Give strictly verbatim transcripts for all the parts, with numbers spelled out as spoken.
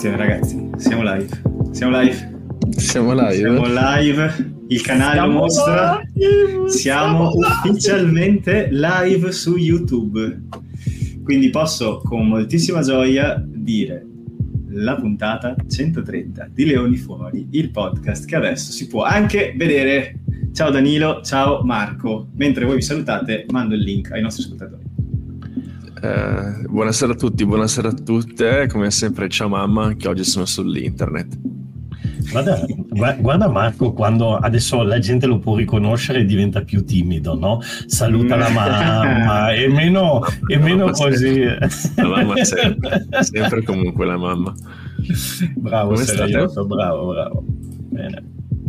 Attenzione ragazzi, siamo live. Siamo live. Siamo live. Siamo live. Il canale siamo lo mostra. Live. Siamo, siamo ufficialmente live. live su YouTube. Quindi posso con moltissima gioia dire la puntata centotrenta di Leoni Fuori, il podcast che adesso si può anche vedere. Ciao Danilo, ciao Marco. Mentre voi vi salutate, mando il link ai nostri ascoltatori. Eh, buonasera a tutti, buonasera a tutte. Come sempre, ciao mamma, che oggi sono sull'internet. Guarda, guarda Marco, quando adesso la gente lo può riconoscere diventa più timido, no? Saluta la mamma, e meno, e meno così. La mamma sempre, sempre comunque la mamma. Bravo, Sergio, bravo, bravo. Bene.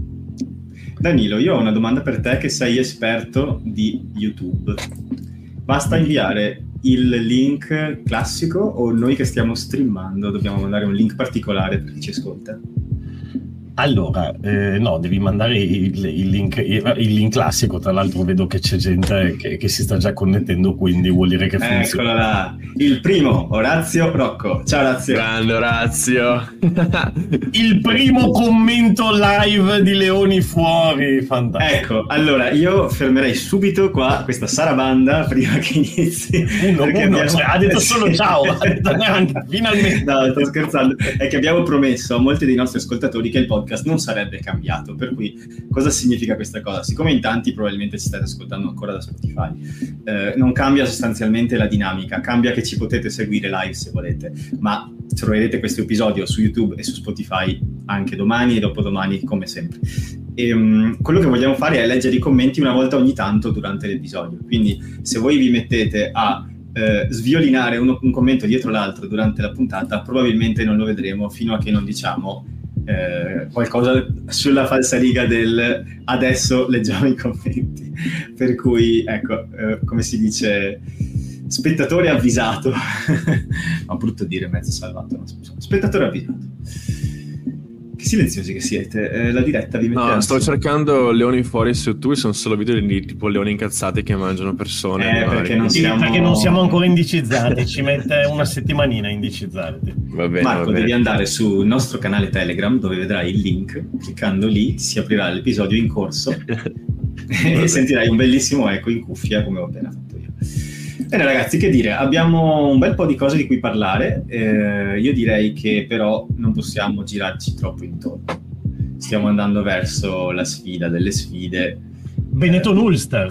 Danilo, io ho una domanda per te, che sei esperto di YouTube. Basta inviare il link classico o noi che stiamo streamando dobbiamo mandare un link particolare per chi ci ascolta? Allora, eh, no, devi mandare il, il, link, il, il link classico. Tra l'altro vedo che c'è gente che, che si sta già connettendo, quindi vuol dire che funziona. Eccolo là, il primo, Orazio Rocco. Ciao Orazio. Grande Orazio. Il primo commento live di Leoni Fuori, fantastico. Ecco, allora io fermerei subito qua questa sarabanda prima che inizi. Uno, uno, abbiamo... cioè, ha detto solo ciao, ha detto neanche, finalmente. No, sto scherzando. È che abbiamo promesso a molti dei nostri ascoltatori che il podcast non sarebbe cambiato, per cui cosa significa questa cosa? Siccome in tanti probabilmente ci state ascoltando ancora da Spotify, eh, non cambia sostanzialmente la dinamica, cambia che ci potete seguire live se volete, ma troverete questo episodio su YouTube e su Spotify anche domani e dopodomani come sempre. E, um, quello che vogliamo fare è leggere i commenti una volta ogni tanto durante l'episodio, quindi se voi vi mettete a eh, sviolinare uno, un commento dietro l'altro durante la puntata, probabilmente non lo vedremo fino a che non diciamo Eh, qualcosa sulla falsariga del adesso leggiamo i commenti, per cui ecco, eh, come si dice, spettatore avvisato. Ma brutto dire mezzo salvato, no? Spettatore avvisato. Che silenziosi che siete, eh, la diretta vi mette. No, sto cercando Leoni Fuori su YouTube, sono solo video di tipo leoni incazzati che mangiano persone. Eh, perché non, siamo... perché non siamo ancora indicizzati, ci mette una settimanina a indicizzarti. Va bene, Marco, va bene. devi andare sul nostro canale Telegram dove vedrai il link, cliccando lì si aprirà l'episodio in corso e sentirai un bellissimo eco in cuffia come ho appena fatto io. Bene ragazzi, che dire, abbiamo un bel po' di cose di cui parlare, eh, io direi che però non possiamo girarci troppo intorno, stiamo andando verso la sfida delle sfide. Benetton Ulster.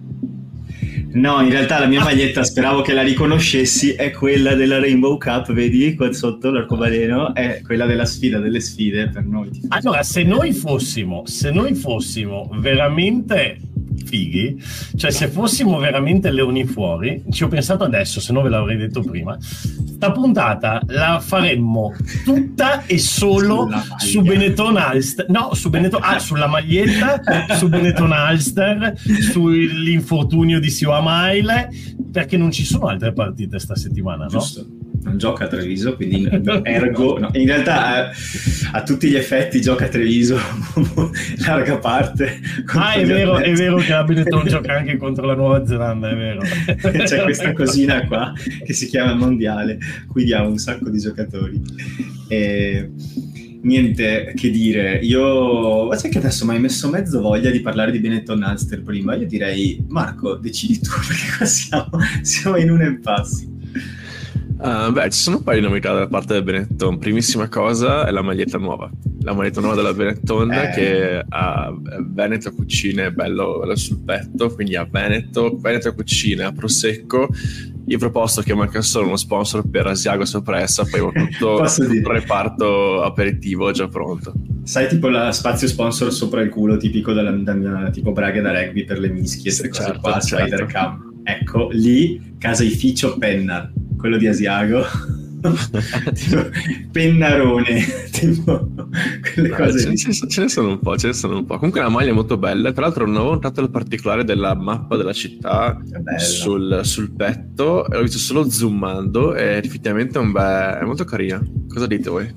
No, in realtà la mia maglietta, speravo che la riconoscessi, è quella della Rainbow Cup, vedi qua sotto l'arcobaleno, è quella della sfida delle sfide per noi. Allora, se noi fossimo, se noi fossimo veramente fighi, cioè se fossimo veramente Leoni Fuori, ci ho pensato adesso, se no ve l'avrei detto prima, sta puntata la faremmo tutta e solo su Benetton Ulster, no, su Benetton, ah, sulla maglietta, su Benetton Ulster, sull'infortunio di Siwa Maile, perché non ci sono altre partite sta settimana, no? Giusto. Non gioca a Treviso, quindi ergo no. In realtà a, a tutti gli effetti gioca a Treviso larga parte. Ah, è vero, è vero che la Benetton gioca anche contro la Nuova Zelanda, è vero. C'è questa cosina qua che si chiama Mondiale, quindi ha un sacco di giocatori. E niente che dire, io ma sai che adesso mi hai messo mezzo voglia di parlare di Benetton Ulster prima. Io direi Marco, decidi tu, perché qua siamo, siamo in un impasse. Uh, beh, ci sono un paio di novità da parte del Benetton. Primissima cosa è la maglietta nuova, la maglietta nuova della Benetton, eh. che ha Veneto Cucine bello, bello sul petto, quindi ha Veneto, Veneto Cucine, a Prosecco. Io ho proposto che manca solo uno sponsor per Asiago Soppressa, poi ho tutto, tutto il reparto aperitivo già pronto. Sai, tipo la spazio sponsor sopra il culo tipico della, della tipo braghe da rugby per le mischie, queste sì, cose certo, qua, certo. Spider Cam. Ecco, lì caseificio Penna, quello di Asiago. Tipo, Pennarone, tipo quelle no, cose ce, lì. ce, ce ne sono un po', ce ne sono un po'. Comunque la maglia è molto bella. Tra l'altro non avevo notato il particolare della mappa della città sul, sul petto, e l'ho visto solo zoomando e effettivamente è, un bel, è molto carina. Cosa dite voi?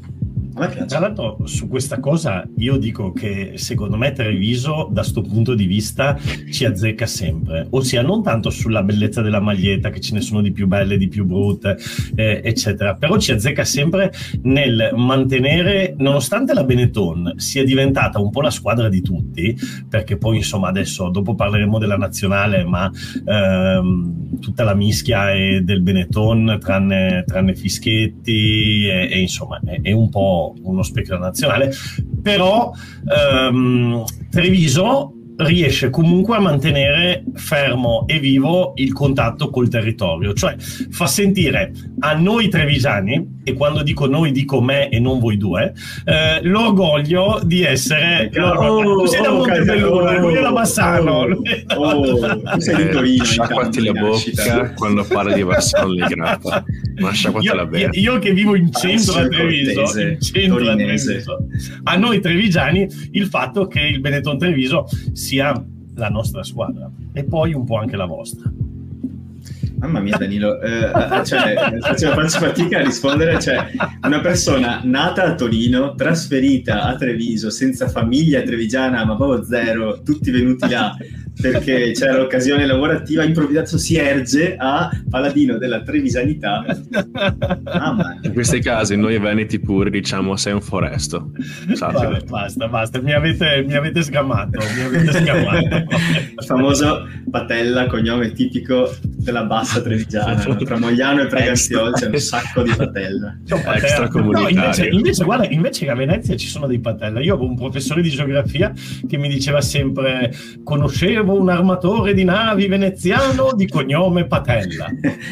A me piace. Tra l'altro su questa cosa io dico che secondo me Treviso da sto punto di vista ci azzecca sempre, ossia non tanto sulla bellezza della maglietta, che ce ne sono di più belle, di più brutte, eh, eccetera, però ci azzecca sempre nel mantenere, nonostante la Benetton sia diventata un po' la squadra di tutti, perché poi insomma adesso dopo parleremo della nazionale, ma ehm, tutta la mischia è del Benetton tranne, tranne Fischetti e, e insomma è, è un po' uno specchio nazionale, però ehm, Treviso riesce comunque a mantenere fermo e vivo il contatto col territorio, cioè fa sentire a noi trevisani, e quando dico noi dico me e non voi due, eh, l'orgoglio di essere oh, oh, tu sei da oh, Montebelluna, oh, lui è da Bassano, oh, lui è oh, tu sei di Torino, sciacquati la bocca quando parli di Bassano Legrata, ma sciacquatela bene. Io, io che vivo in centro a Treviso, in centro a Treviso, a noi trevigiani il fatto che il Benetton Treviso sia la nostra squadra e poi un po' anche la vostra. Mamma mia Danilo, eh, cioè, faccio, faccio fatica a rispondere, cioè una persona nata a Torino, trasferita a Treviso, senza famiglia trevigiana, ma proprio zero, tutti venuti là perché c'era l'occasione lavorativa, improvvisato si erge a paladino della trevisanità. Mamma. In questi casi noi veneti puri diciamo sei un foresto. Vabbè, basta, basta, mi avete, mi avete sgamato, mi avete sgamato. Il famoso Patella, cognome tipico della bassa trevigiana, no? Tra Mogliano e Preganziol c'è un sacco di Patella. Extracomunitario. No, invece, invece, guarda, invece che a Venezia ci sono dei Patella. Io avevo un professore di geografia che mi diceva sempre: conoscevo un armatore di navi veneziano di cognome Patella.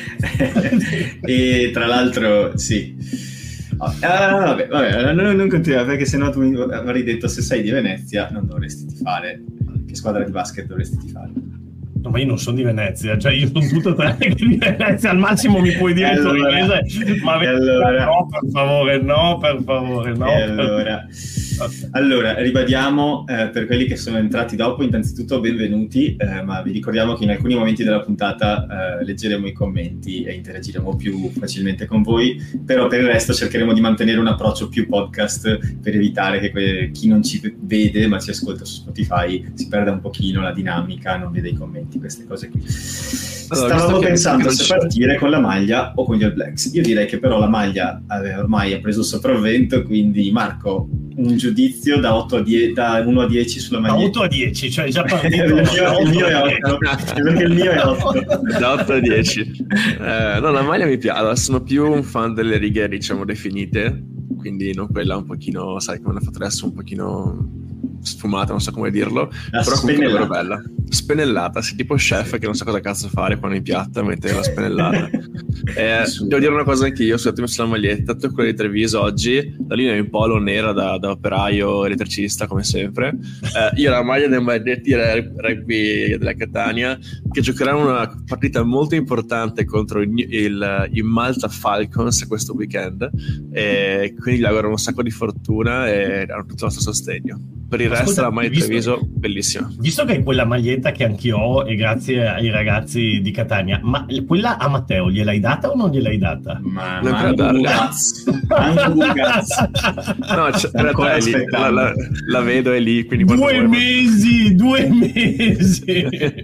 E tra l'altro sì. Ah, vabbè, vabbè, non, non continuare, perché sennò tu mi avrei detto se sei di Venezia non dovresti tifare. Che squadra di basket dovresti tifare? No, ma io non sono di Venezia, cioè io sono tutto tranne che di Venezia, al massimo mi puoi dire allora, torinese, ma allora, no, per favore, no, per favore, no. Per... Allora, allora, ribadiamo eh, per quelli che sono entrati dopo, innanzitutto benvenuti, eh, ma vi ricordiamo che in alcuni momenti della puntata eh, leggeremo i commenti e interagiremo più facilmente con voi, però per il resto cercheremo di mantenere un approccio più podcast per evitare che que- chi non ci vede ma ci ascolta su Spotify si perda un pochino la dinamica, non vede i commenti, queste cose qui. Allora, stavamo pensando se partire con la maglia o con gli All Blacks. Io direi che però la maglia eh, ormai ha preso il sopravvento, quindi Marco, un giudizio da, otto a dieci, da uno a dieci sulla maglia. Da otto a dieci, cioè già partito. il, mio, il mio è otto, perché il mio è otto. Da otto a dieci. Eh, no, la maglia mi piace, allora, sono più un fan delle righe, diciamo, definite, quindi non quella un pochino, sai, come l'ha fatto adesso, un pochino sfumata, non so come dirlo, la però comunque è davvero bella. Spennellata, sì, tipo chef che non sa cosa cazzo fare quando in piatta mette la spennellata. eh, devo dire una cosa anche io, scusatemi sulla maglietta, tutto quello di Treviso oggi, la linea in polo nera da, da operaio elettricista come sempre. Eh, io la maglia dei Maleddetti Rugby della Catania, che giocheranno una partita molto importante contro il, il, il Malta Falcons questo weekend, e quindi gli auguro un sacco di fortuna e hanno tutto il nostro sostegno. Per il resto la maglia di Treviso bellissima. Visto che hai quella maglietta che anch'io ho, e grazie ai ragazzi di Catania, ma quella a Matteo gliel'hai data o non gliel'ai data? Ma non anche un cazzo, anche un cazzo. No, c- è lì, la, la, la vedo è lì, quindi due mesi, due mesi.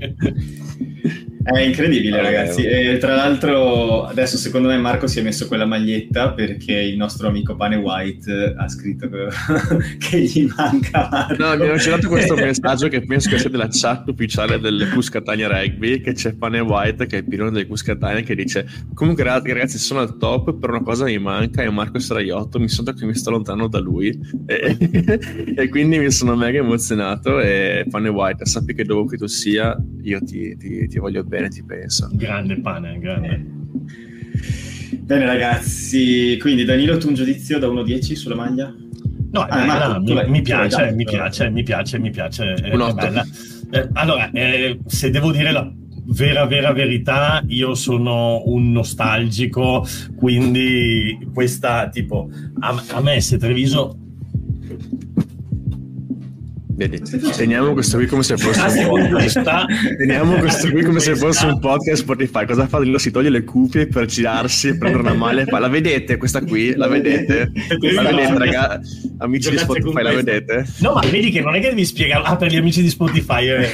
È incredibile, ragazzi. E tra l'altro adesso secondo me Marco si è messo quella maglietta perché il nostro amico Pane White ha scritto che, che gli manca Marco. No, mi hanno girato questo messaggio che penso che sia della chat ufficiale del Cus Catania Rugby, che c'è Pane White, che è il pilone del Cus Catania, che dice: comunque ragazzi sono al top, però una cosa mi manca, e Marco Straiotto, mi sento che mi sto lontano da lui e, e quindi mi sono mega emozionato. E Pane White, sappi che dovunque tu sia io ti, ti, ti voglio bene, ti penso. Grande Pane, grande. Bene ragazzi, quindi Danilo, tu un giudizio da uno a dieci sulla maglia? No, ah, Marco, no mi, mi, piace, mi piace, mi piace, mi piace, un è bella. Eh, allora, eh, se devo dire la vera vera verità, io sono un nostalgico, quindi questa tipo a, a me se Treviso Vedi, teniamo questo qui come se fosse un podcast. Teniamo questo qui come se fosse un podcast Spotify. Cosa fa? Si toglie le cuffie per girarsi, prendere una maglia e fa: la vedete questa qui? La vedete? La vedete, raga? Amici di Spotify, la vedete? No, ma vedi che non è che devi spiegare. Ah, per gli amici di Spotify è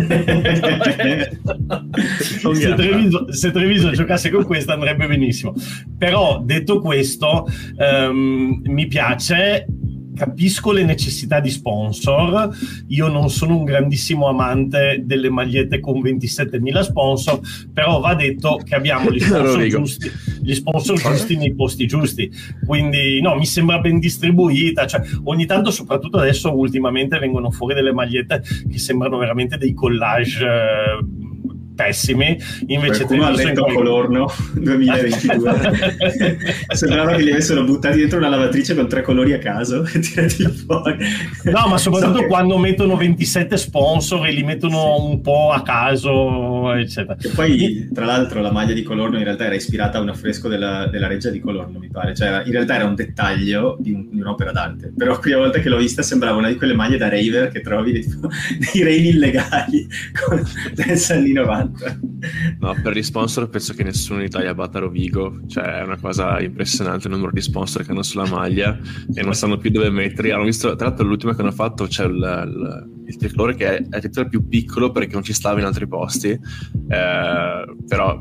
vero. se, Treviso, se Treviso giocasse con questa andrebbe benissimo. Però detto questo, um, mi piace. Capisco le necessità di sponsor. Io non sono un grandissimo amante delle magliette con ventisettemila sponsor, però va detto che abbiamo gli sponsor giusti, gli sponsor giusti nei posti giusti. Quindi no, mi sembra ben distribuita. Cioè, ogni tanto, soprattutto adesso, ultimamente vengono fuori delle magliette che sembrano veramente dei collage eh, pessimi. Invece qualcuno ha letto quel... Colorno duemilaventidue sembrava che li avessero buttati dentro una lavatrice con tre colori a caso e tirati fuori. No, ma soprattutto so che... quando mettono ventisette sponsor e li mettono sì. un po' a caso, eccetera. E poi tra l'altro la maglia di Colorno in realtà era ispirata a un affresco della, della Reggia di Colorno, mi pare, cioè in realtà era un dettaglio di, un, di un'opera d'arte, però la prima volta che l'ho vista sembrava una di quelle maglie da raver che trovi tipo, nei ravi illegali con dance anni novanta. No, per gli sponsor penso che nessuno in Italia batta Rovigo, cioè è una cosa impressionante il numero di sponsor che hanno sulla maglia e non sanno più dove metterli. Hanno visto, tra l'altro l'ultima che hanno fatto c'è il, il, il tricolore che è addirittura più piccolo perché non ci stava in altri posti, eh, però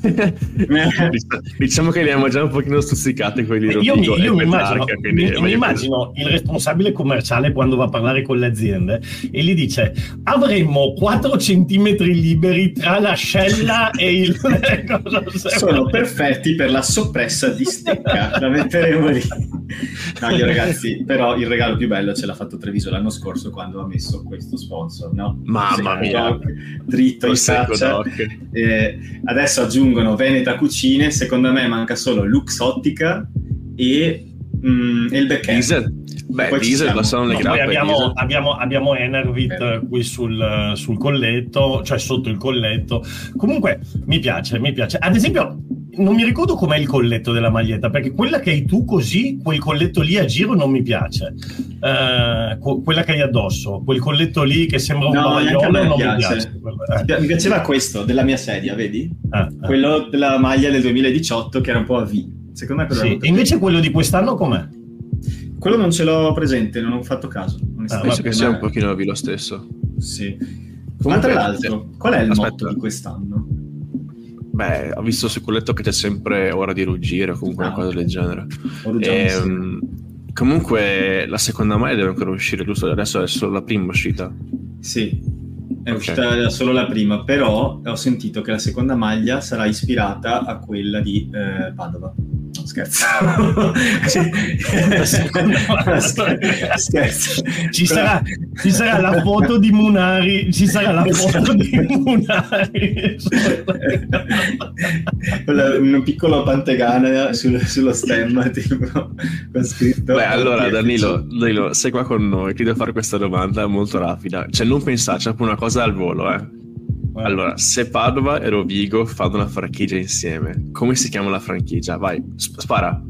diciamo che li abbiamo già un pochino stuzzicati quelli di Rovigo. Io, io mi, immagino, mi, mi immagino il responsabile commerciale quando va a parlare con le aziende e gli dice: avremmo quattro centimetri liberi tra l'ascella e il sono perfetti per la soppressa di stecca, la metteremo lì. No, io ragazzi, però il regalo più bello ce l'ha fatto Treviso l'anno scorso quando ha messo questo sponsor, no? Mamma mia, dritto in faccia. Eh, adesso aggiungono Veneta Cucine, secondo me manca solo Lux Ottica e, mm, e il Beckham. Diesel. Beh, Diesel passano le no, grappe. Abbiamo, abbiamo, abbiamo Enervit Beh. qui sul, sul colletto, cioè sotto il colletto. Comunque mi piace, mi piace. Ad esempio, non mi ricordo com'è il colletto della maglietta, perché quella che hai tu così, quel colletto lì a giro non mi piace. Uh, co- quella che hai addosso, quel colletto lì che sembra un no, bavagliolo, non piace. mi piace. Eh. Mi piaceva questo della mia sedia, vedi? Ah, quello ah. della maglia del duemiladiciotto che era un po' a V. Secondo me quello sì. E invece quello di quest'anno com'è? Quello non ce l'ho presente, non ho fatto caso. Ah, penso che sia un pochino a V lo stesso. Sì. Comunque, ma tra l'altro, qual è il Aspetta. motto di quest'anno? Beh, ho visto sul colletto che c'è sempre ora di ruggire o comunque ah, una cosa del genere. E, sì. Comunque la seconda maglia deve ancora uscire, giusto? Adesso è solo la prima uscita. Sì, è okay. uscita solo la prima, però ho sentito che la seconda maglia sarà ispirata a quella di eh, Padova. No, scherzo. Scherzo. Ci sarà, ci sarà la foto di Munari, ci sarà la foto di Munari. Un piccolo pantegana sul, sullo stemma, tipo, con scritto. Beh, allora Danilo, Danilo, sei qua con noi, ti devo fare questa domanda molto rapida. Cioè, non pensare, c'è una cosa al volo, eh. Allora, se Padova e Rovigo fanno una franchigia insieme, come si chiama la franchigia? Vai, spara.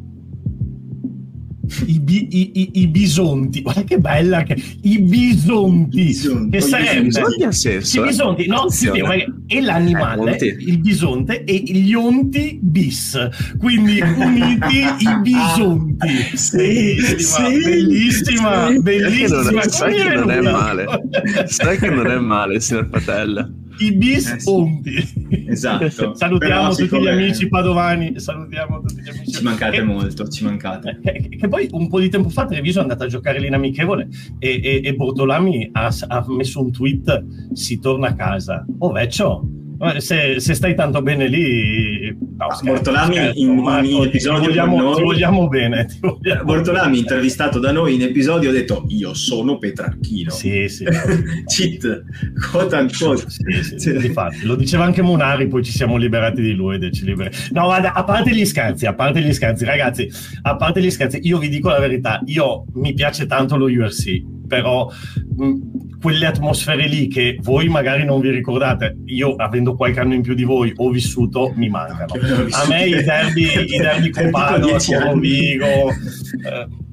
I, bi, i, i, i bisonti, guarda che bella che i bisonti, bisonti. Che sarebbe bisonti ha senso, i bisonti, no, sì, e l'animale, eh, il bisonte e gli onti bis, quindi uniti i bisonti. Sì, bellissima, sì, bellissima, sì. bellissima. Sai che non è male, sai che non è male, signor Patella. I bisonti. Eh sì. Esatto. Salutiamo tutti siccome... gli amici padovani. Salutiamo tutti gli amici. Ci mancate che, molto, ci mancate. Che, che poi un po' di tempo fa Treviso è andata a giocare lì in amichevole e, e, e Bortolami ha, ha messo un tweet: si torna a casa. Oh vecchio, se, se stai tanto bene lì, no, scherzo, Bortolami scherzo, in, Marco, in episodio ti vogliamo, con noi, ti vogliamo bene ti vogliamo Bortolami bene. Intervistato da noi in episodio ha detto: io sono Petrarchino. Sì, sì. Cheat, quote unquote. Sì, sì, sì. Infatti, lo diceva anche Munari, poi ci siamo liberati di lui ed ci liberi. No, guarda, a parte gli scherzi, a parte gli scherzi, ragazzi, a parte gli scherzi, io vi dico la verità, io mi piace tanto lo U F C, però mh, quelle atmosfere lì che voi magari non vi ricordate, io avendo qualche anno in più di voi ho vissuto, mi mancano. A me i derby, i derby Copano, Rovigo, eh,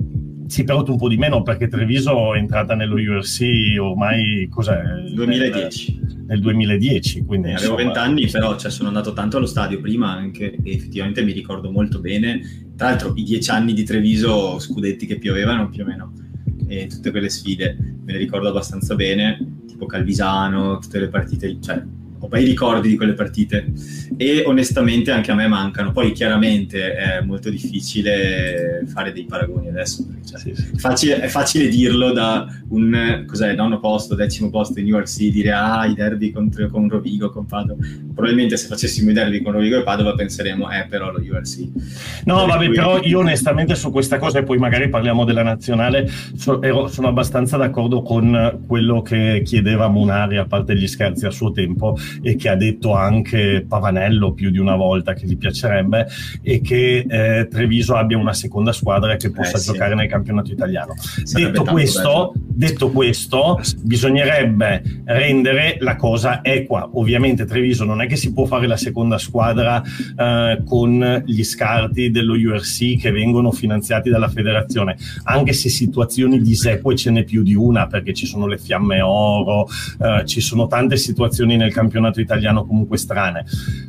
sì, però tu un po' di meno, perché Treviso è entrata nello U R C ormai cos'è? duemiladieci. Nel, nel duemiladieci, quindi eh, avevo vent'anni, però cioè, sono andato tanto allo stadio prima anche, e effettivamente mi ricordo molto bene. Tra l'altro i dieci anni di Treviso, scudetti che piovevano più o meno, e tutte quelle sfide me le ricordo abbastanza bene, tipo Calvisano, tutte le partite, cioè ho bei ricordi di quelle partite, e onestamente anche a me mancano. Poi chiaramente è molto difficile fare dei paragoni adesso, cioè, sì, sì. È, facile, è facile dirlo da un cos'è, nono posto, decimo posto in U R C, dire ah i derby contro, con Rovigo, con Padova. Probabilmente se facessimo i derby con Rovigo e Padova penseremo eh però lo U R C. No per vabbè cui... però io onestamente su questa cosa, e poi magari parliamo della nazionale, so, ero, sono abbastanza d'accordo con quello che chiedeva Munari, a parte gli scherzi a suo tempo, e che ha detto anche Pavanello più di una volta che gli piacerebbe, e che eh, Treviso abbia una seconda squadra che possa eh, sì. giocare nel campionato italiano. Detto questo, detto questo, bisognerebbe rendere la cosa equa. Ovviamente Treviso non è che si può fare la seconda squadra eh, con gli scarti dello U R C che vengono finanziati dalla federazione, anche se situazioni diseque ce n'è più di una, perché ci sono le Fiamme Oro, eh, ci sono tante situazioni nel campionato italiano comunque strane.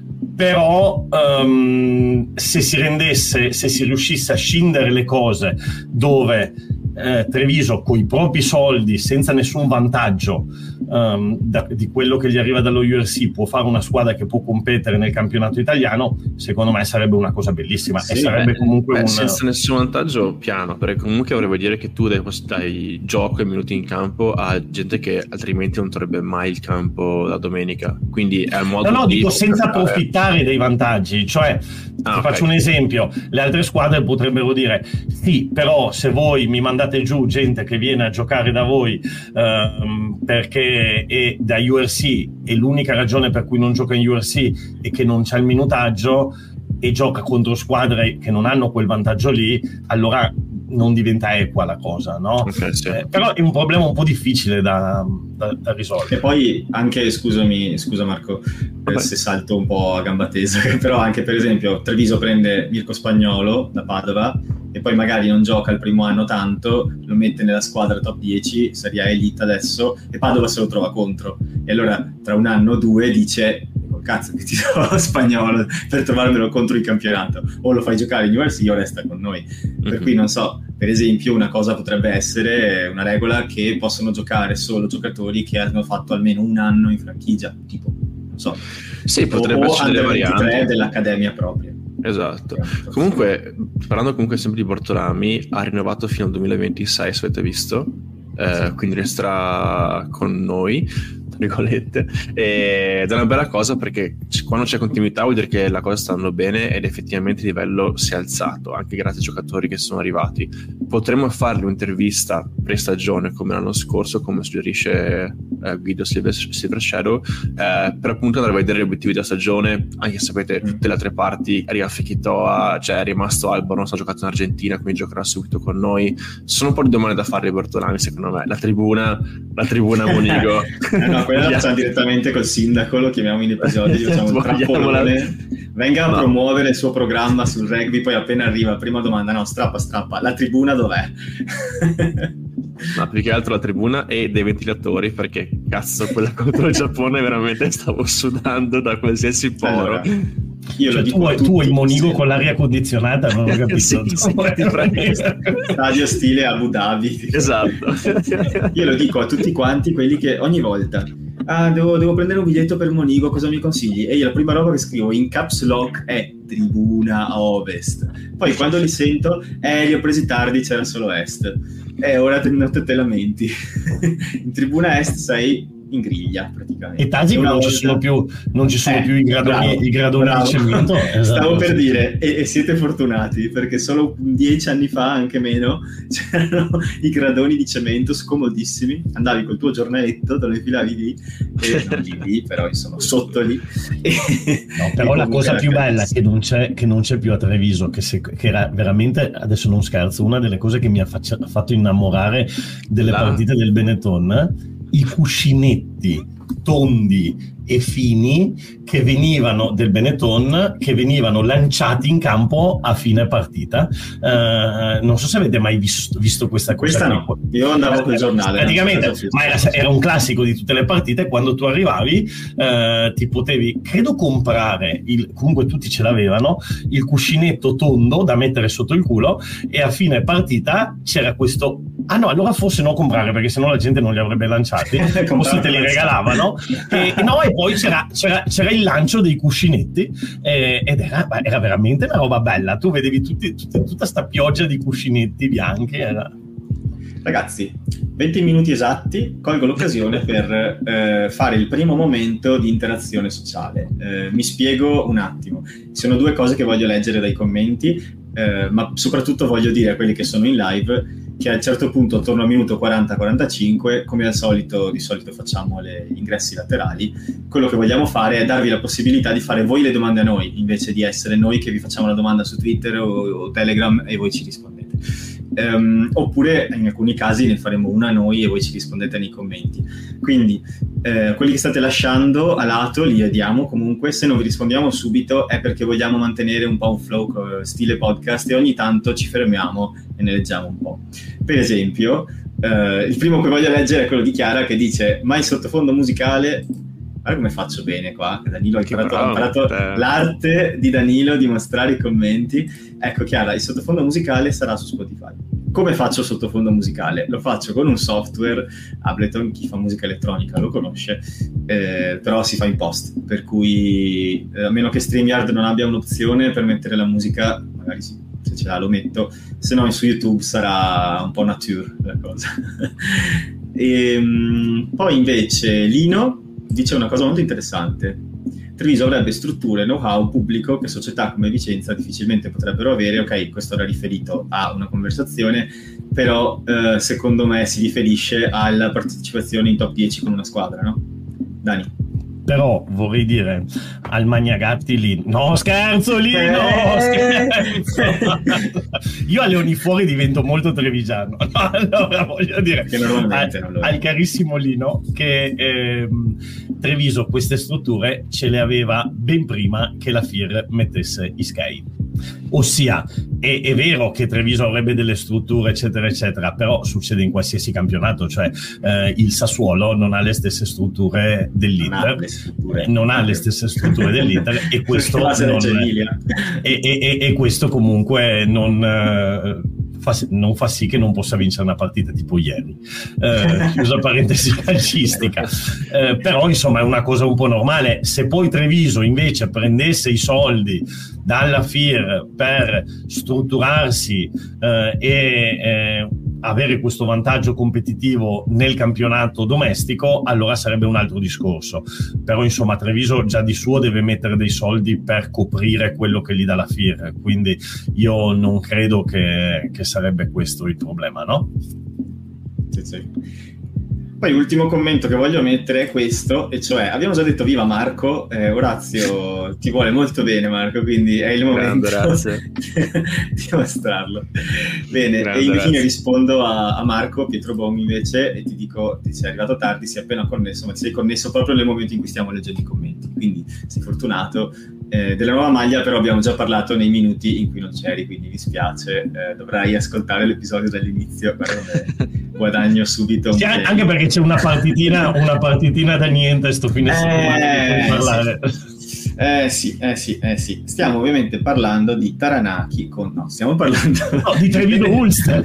Però um, se si rendesse, se si riuscisse a scindere le cose, dove eh, Treviso coi propri soldi, senza nessun vantaggio um, da, di quello che gli arriva dallo U R C, può fare una squadra che può competere nel campionato italiano, secondo me sarebbe una cosa bellissima. Sì, e sarebbe beh, comunque beh, un... senza nessun vantaggio piano, perché comunque vorrebbe dire che tu dai, dai gioco e minuti in campo a gente che altrimenti non troverebbe mai il campo la domenica, quindi è un modo no no di dico senza approfittare dei vantaggi, cioè ah, ti okay. faccio un esempio: le altre squadre potrebbero dire sì, però se voi mi mandate giù gente che viene a giocare da voi ehm, perché è da U R C, e l'unica ragione per cui non gioca in U R C è che non c'è il minutaggio e gioca contro squadre che non hanno quel vantaggio lì, allora non diventa equa la cosa, no? Okay, sì. eh, però è un problema un po' difficile da, da, da risolvere. E poi anche, scusami, scusa Marco, eh, se salto un po' a gamba tesa, però anche per esempio Treviso prende Mirko Spagnolo da Padova e poi magari non gioca il primo anno tanto, lo mette nella squadra top dieci, Serie A Elite adesso, e Padova se lo trova contro, e allora tra un anno o due dice cazzo che ti do Spagnolo per trovarmelo contro il campionato, o lo fai giocare in U R C o resta con noi. Per mm-hmm. cui non so, per esempio una cosa potrebbe essere una regola che possono giocare solo giocatori che hanno fatto almeno un anno in franchigia, tipo non so, sì, potrebbe o essere delle varianti dell'accademia propria. Esatto. Comunque, parlando comunque sempre di Bortolami, ha rinnovato fino al duemilaventisei, se avete visto, eh, quindi resterà con noi, virgolette, ed è una bella cosa, perché quando c'è continuità vuol dire che la cosa sta andando bene ed effettivamente il livello si è alzato anche grazie ai giocatori che sono arrivati. Potremmo fargli un'intervista pre-stagione come l'anno scorso, come suggerisce eh, Guido Silver, Silver Shadow, eh, per appunto andare a vedere gli obiettivi della stagione, anche se sapete tutte le altre parti, arriva Fekitoa, cioè è rimasto Albo, non so, ha giocato in Argentina, quindi giocherà subito con noi. Sono un po' di domande da fare di Bortolami, secondo me. La tribuna, la tribuna Monigo. eh no, quella la facciamo direttamente col sindaco, lo chiamiamo in episodio, facciamo un trappolone, venga a no. promuovere il suo programma sul rugby, poi appena arriva, prima domanda, no, strappa, strappa, la tribuna dov'è? Ma più che altro la tribuna e dei ventilatori, perché cazzo quella contro il Giappone veramente stavo sudando da qualsiasi poro. Allora, io cioè, lo dico tu, tu il Monigo con l'aria condizionata, non ho capito. sì, sì, stadio stile Abu Dhabi. Esatto. Io lo dico a tutti quanti quelli che ogni volta ah, devo, devo prendere un biglietto per Monigo, cosa mi consigli? E io la prima roba che scrivo in caps lock è tribuna ovest, poi quando li sento eh li ho presi tardi, c'era solo est, e eh, ora te, te, te lamenti. In tribuna est sei in griglia praticamente, e tanti non ci sono più non ci sono eh, più i gradoni, bravo, i gradoni bravo. di cemento. Esatto. Stavo per dire e, e siete fortunati, perché solo dieci anni fa, anche meno, c'erano i gradoni di cemento scomodissimi, andavi col tuo giornaletto, te lo infilavi lì e non lì, lì però insomma sotto lì e, no, però la cosa più bella che non c'è che non c'è più a Treviso, che, se, che era veramente, adesso non scherzo, una delle cose che mi ha faccia, fatto innamorare delle la... partite del Benetton i cuscinetti tondi e fini che venivano del Benetton, che venivano lanciati in campo a fine partita. Uh, non so se avete mai visto, visto questa cosa. Questa no, io andavo col giornale. Praticamente, ma era, era un classico di tutte le partite. Quando tu arrivavi, uh, ti potevi, credo, comprare, il, comunque tutti ce l'avevano, il cuscinetto tondo da mettere sotto il culo, e a fine partita c'era questo... Ah no, allora forse non comprare, perché sennò la gente non li avrebbe lanciati, forse te li regalavano. E, no, e poi c'era, c'era, c'era il lancio dei cuscinetti, eh, ed era, era veramente una roba bella. Tu vedevi tutti, tutti, tutta sta pioggia di cuscinetti bianchi. Era... Ragazzi, venti minuti esatti, colgo l'occasione per eh, fare il primo momento di interazione sociale. Eh, mi spiego un attimo. Ci sono due cose che voglio leggere dai commenti, eh, ma soprattutto voglio dire a quelli che sono in live che a un certo punto, attorno al minuto quaranta quarantacinque, come al solito, di solito facciamo le ingressi laterali, quello che vogliamo fare è darvi la possibilità di fare voi le domande a noi, invece di essere noi che vi facciamo la domanda su Twitter o, o Telegram e voi ci rispondete. Um, oppure in alcuni casi ne faremo una noi e voi ci rispondete nei commenti. Quindi eh, quelli che state lasciando a lato li vediamo. Comunque, se non vi rispondiamo subito è perché vogliamo mantenere un po' un flow stile podcast, e ogni tanto ci fermiamo e ne leggiamo un po'. Per esempio, eh, il primo che voglio leggere è quello di Chiara, che dice: ma il sottofondo musicale... Guarda come faccio bene qua, Danilo ha imparato, ha imparato l'arte di Danilo di mostrare i commenti. Ecco Chiara, il sottofondo musicale sarà su Spotify. Come faccio sottofondo musicale? Lo faccio con un software, Ableton, chi fa musica elettronica lo conosce, eh, però si fa in post, per cui eh, a meno che StreamYard non abbia un'opzione per mettere la musica, magari sì, se ce l'ha lo metto, se no su YouTube sarà un po' nature la cosa. E, mh, poi invece Lino dice una cosa molto interessante: Treviso avrebbe strutture, know-how pubblico che società come Vicenza difficilmente potrebbero avere. Ok, questo era riferito a una conversazione, però eh, secondo me si riferisce alla partecipazione in top dieci con una squadra, no? Dani? Però vorrei dire al Magnagatti lì, no scherzo lì, eh. no scherzo. Io a Leoni Fuori divento molto trevigiano. Allora voglio dire che normalmente al, non lo è. Al carissimo Lino che ehm, Treviso queste strutture ce le aveva ben prima che la F I R mettesse i Sky. Ossia, è, è vero che Treviso avrebbe delle strutture eccetera eccetera, però succede in qualsiasi campionato, cioè eh, il Sassuolo non ha le stesse strutture dell'Inter, non ha le, strutture. Non ha le stesse strutture dell'Inter e questo non, e, e, e questo comunque non eh, fa, non fa sì che non possa vincere una partita tipo ieri, eh, chiusa parentesi calcistica, eh, però insomma è una cosa un po' normale. Se poi Treviso invece prendesse i soldi dalla F I R per strutturarsi eh, e eh, avere questo vantaggio competitivo nel campionato domestico, allora sarebbe un altro discorso. Però insomma Treviso già di suo deve mettere dei soldi per coprire quello che gli dà la F I R, quindi io non credo che, che sarebbe questo il problema, no? Sì, sì. Poi l'ultimo commento che voglio mettere è questo, e cioè abbiamo già detto viva Marco, eh, Orazio ti vuole molto bene Marco, quindi è il momento di mostrarlo. Bene, grande, e infine grazie. Rispondo a, a Marco Pietro Bon invece e ti dico: ti sei arrivato tardi, sei appena connesso, ma ti sei connesso proprio nel momento in cui stiamo leggendo i commenti, quindi sei fortunato. Eh, della nuova maglia però abbiamo già parlato nei minuti in cui non c'eri, quindi mi spiace, eh, dovrai ascoltare l'episodio dall'inizio, guadagno subito un sì, anche perché c'è una partitina una partitina da niente sto fine settimana eh, parlare. Sì. Eh sì, eh sì, eh sì. Stiamo ovviamente parlando di Taranaki con... No, stiamo parlando... No, di Treviso Ulster.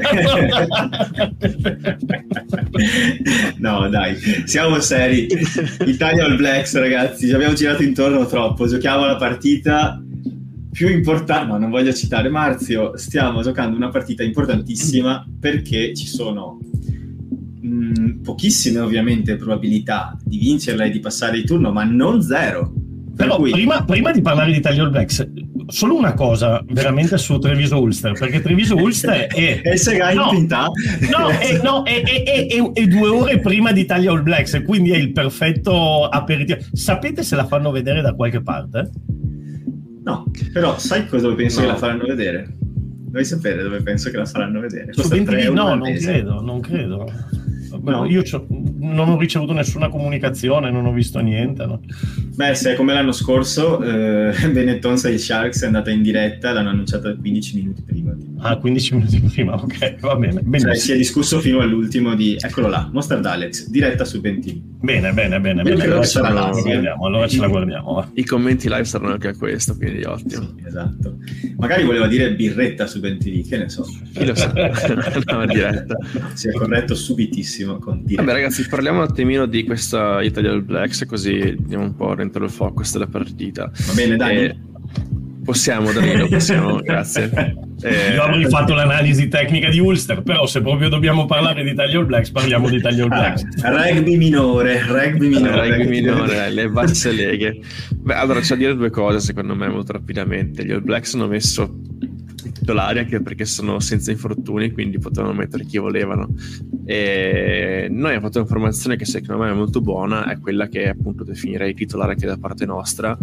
No, dai, siamo seri. Italia All Blacks, ragazzi, ci abbiamo girato intorno troppo. Giochiamo la partita più importante... No, non voglio citare Marzio. Stiamo giocando una partita importantissima perché ci sono... Mh, pochissime ovviamente probabilità di vincerla e di passare il turno, ma non zero. Però cui... prima, prima di parlare di Italia All Blacks, solo una cosa veramente su Treviso Ulster, perché Treviso Ulster è no, no, è, no è, è, è, è, è due ore prima di Italia All Blacks, quindi è il perfetto aperitivo. Sapete se la fanno vedere da qualche parte? No, però sai cosa penso no. che la faranno vedere? Vuoi sapere dove penso che la faranno vedere? Su venti, no, non credo, non credo. No. Io non ho ricevuto nessuna comunicazione, non ho visto niente, no? Beh, se è come l'anno scorso, eh, Benetton sei Sharks è andata in diretta, l'hanno annunciata quindici minuti prima. Ah, quindici minuti prima, ok, va bene. Cioè, si è discusso fino all'ultimo di, eccolo là, Mostard Alex, diretta su Ben T V. Bene, bene, bene. Bene, allora, ce la, là, guardiamo, allora ce la guardiamo. Va. I commenti live saranno anche a questo, quindi ottimo. Sì, esatto. Magari voleva dire birretta su Ben T V, che ne so. Chi lo sa? No, diretta. Si è corretto subitissimo con diretta. Vabbè ragazzi, parliamo un attimino di questa Italia All Blacks, così andiamo un po' a rendere il focus della partita. Va bene, Dani? Eh, possiamo, Danilo, possiamo, grazie. Eh, Io avrei fatto l'analisi tecnica di Ulster, però se proprio dobbiamo parlare di Italia All Blacks, parliamo di Italia All Blacks. Ah, rugby minore, rugby minore. Rugby minore, le basse leghe. Beh, allora c'è da dire due cose secondo me molto rapidamente. Gli All Blacks hanno messo i titolari anche perché sono senza infortuni, quindi potevano mettere chi volevano. E noi abbiamo fatto un'informazione che secondo me è molto buona, è quella che appunto definirei titolare anche da parte nostra.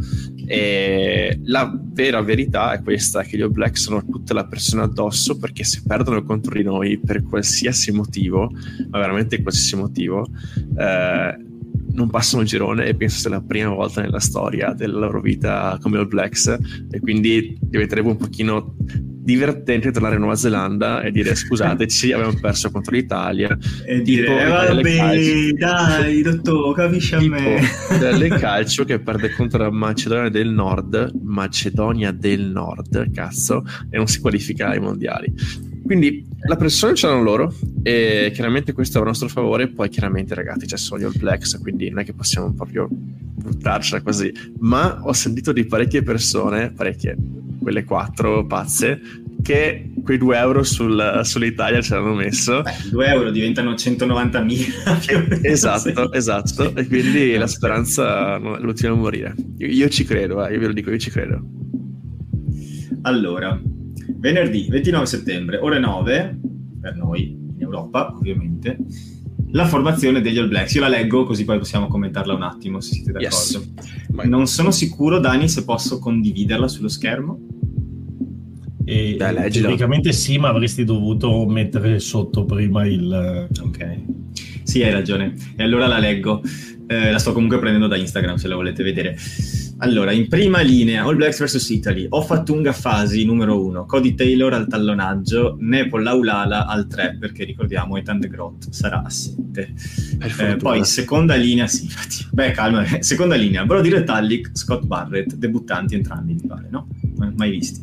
E la vera verità è questa, che gli All Blacks sono tutta la pressione addosso, perché se perdono contro di noi per qualsiasi motivo, ma veramente qualsiasi motivo, eh, non passano il girone, e penso sia la prima volta nella storia della loro vita come All Blacks, e quindi diventerebbe un pochino divertente tornare in Nuova Zelanda e dire scusateci, abbiamo perso contro l'Italia, e tipo dire eh, vabbè dai dottor, capisci a me del calcio che perde contro la Macedonia del Nord Macedonia del Nord cazzo, e non si qualifica ai mondiali. Quindi la pressione ce l'hanno loro, e chiaramente questo è a nostro favore. Poi chiaramente ragazzi c'è solo gli All Blacks, quindi non è che possiamo proprio buttarcela così, ma ho sentito di parecchie persone, parecchie, quelle quattro pazze, che quei due euro sul, sull'Italia ce l'hanno messo. Beh, due euro diventano centonovantamila. Esatto, esatto, e quindi la speranza è l'ultima a morire. Io, io ci credo, eh, io ve lo dico, io ci credo. Allora, venerdì ventinove settembre, ore nove, per noi in Europa ovviamente, la formazione degli All Blacks. Io la leggo così poi possiamo commentarla un attimo, se siete d'accordo. Yes. Non sono sicuro, Dani, se posso condividerla sullo schermo. E Dai, teoricamente sì, ma avresti dovuto mettere sotto prima il... Ok, sì, hai ragione. E allora la leggo. Eh, la sto comunque prendendo da Instagram, se la volete vedere. Allora, in prima linea, All Blacks versus Italy, Ofatunga Fasi numero uno, Cody Taylor al tallonaggio, Nepo Laulala al tre, perché ricordiamo Ethan de Groot sarà assente. Eh, poi seconda linea, sì, infatti, beh calma, seconda linea, Brody Retallick, Scott Barrett, debuttanti entrambi mi pare, no? Mai visti.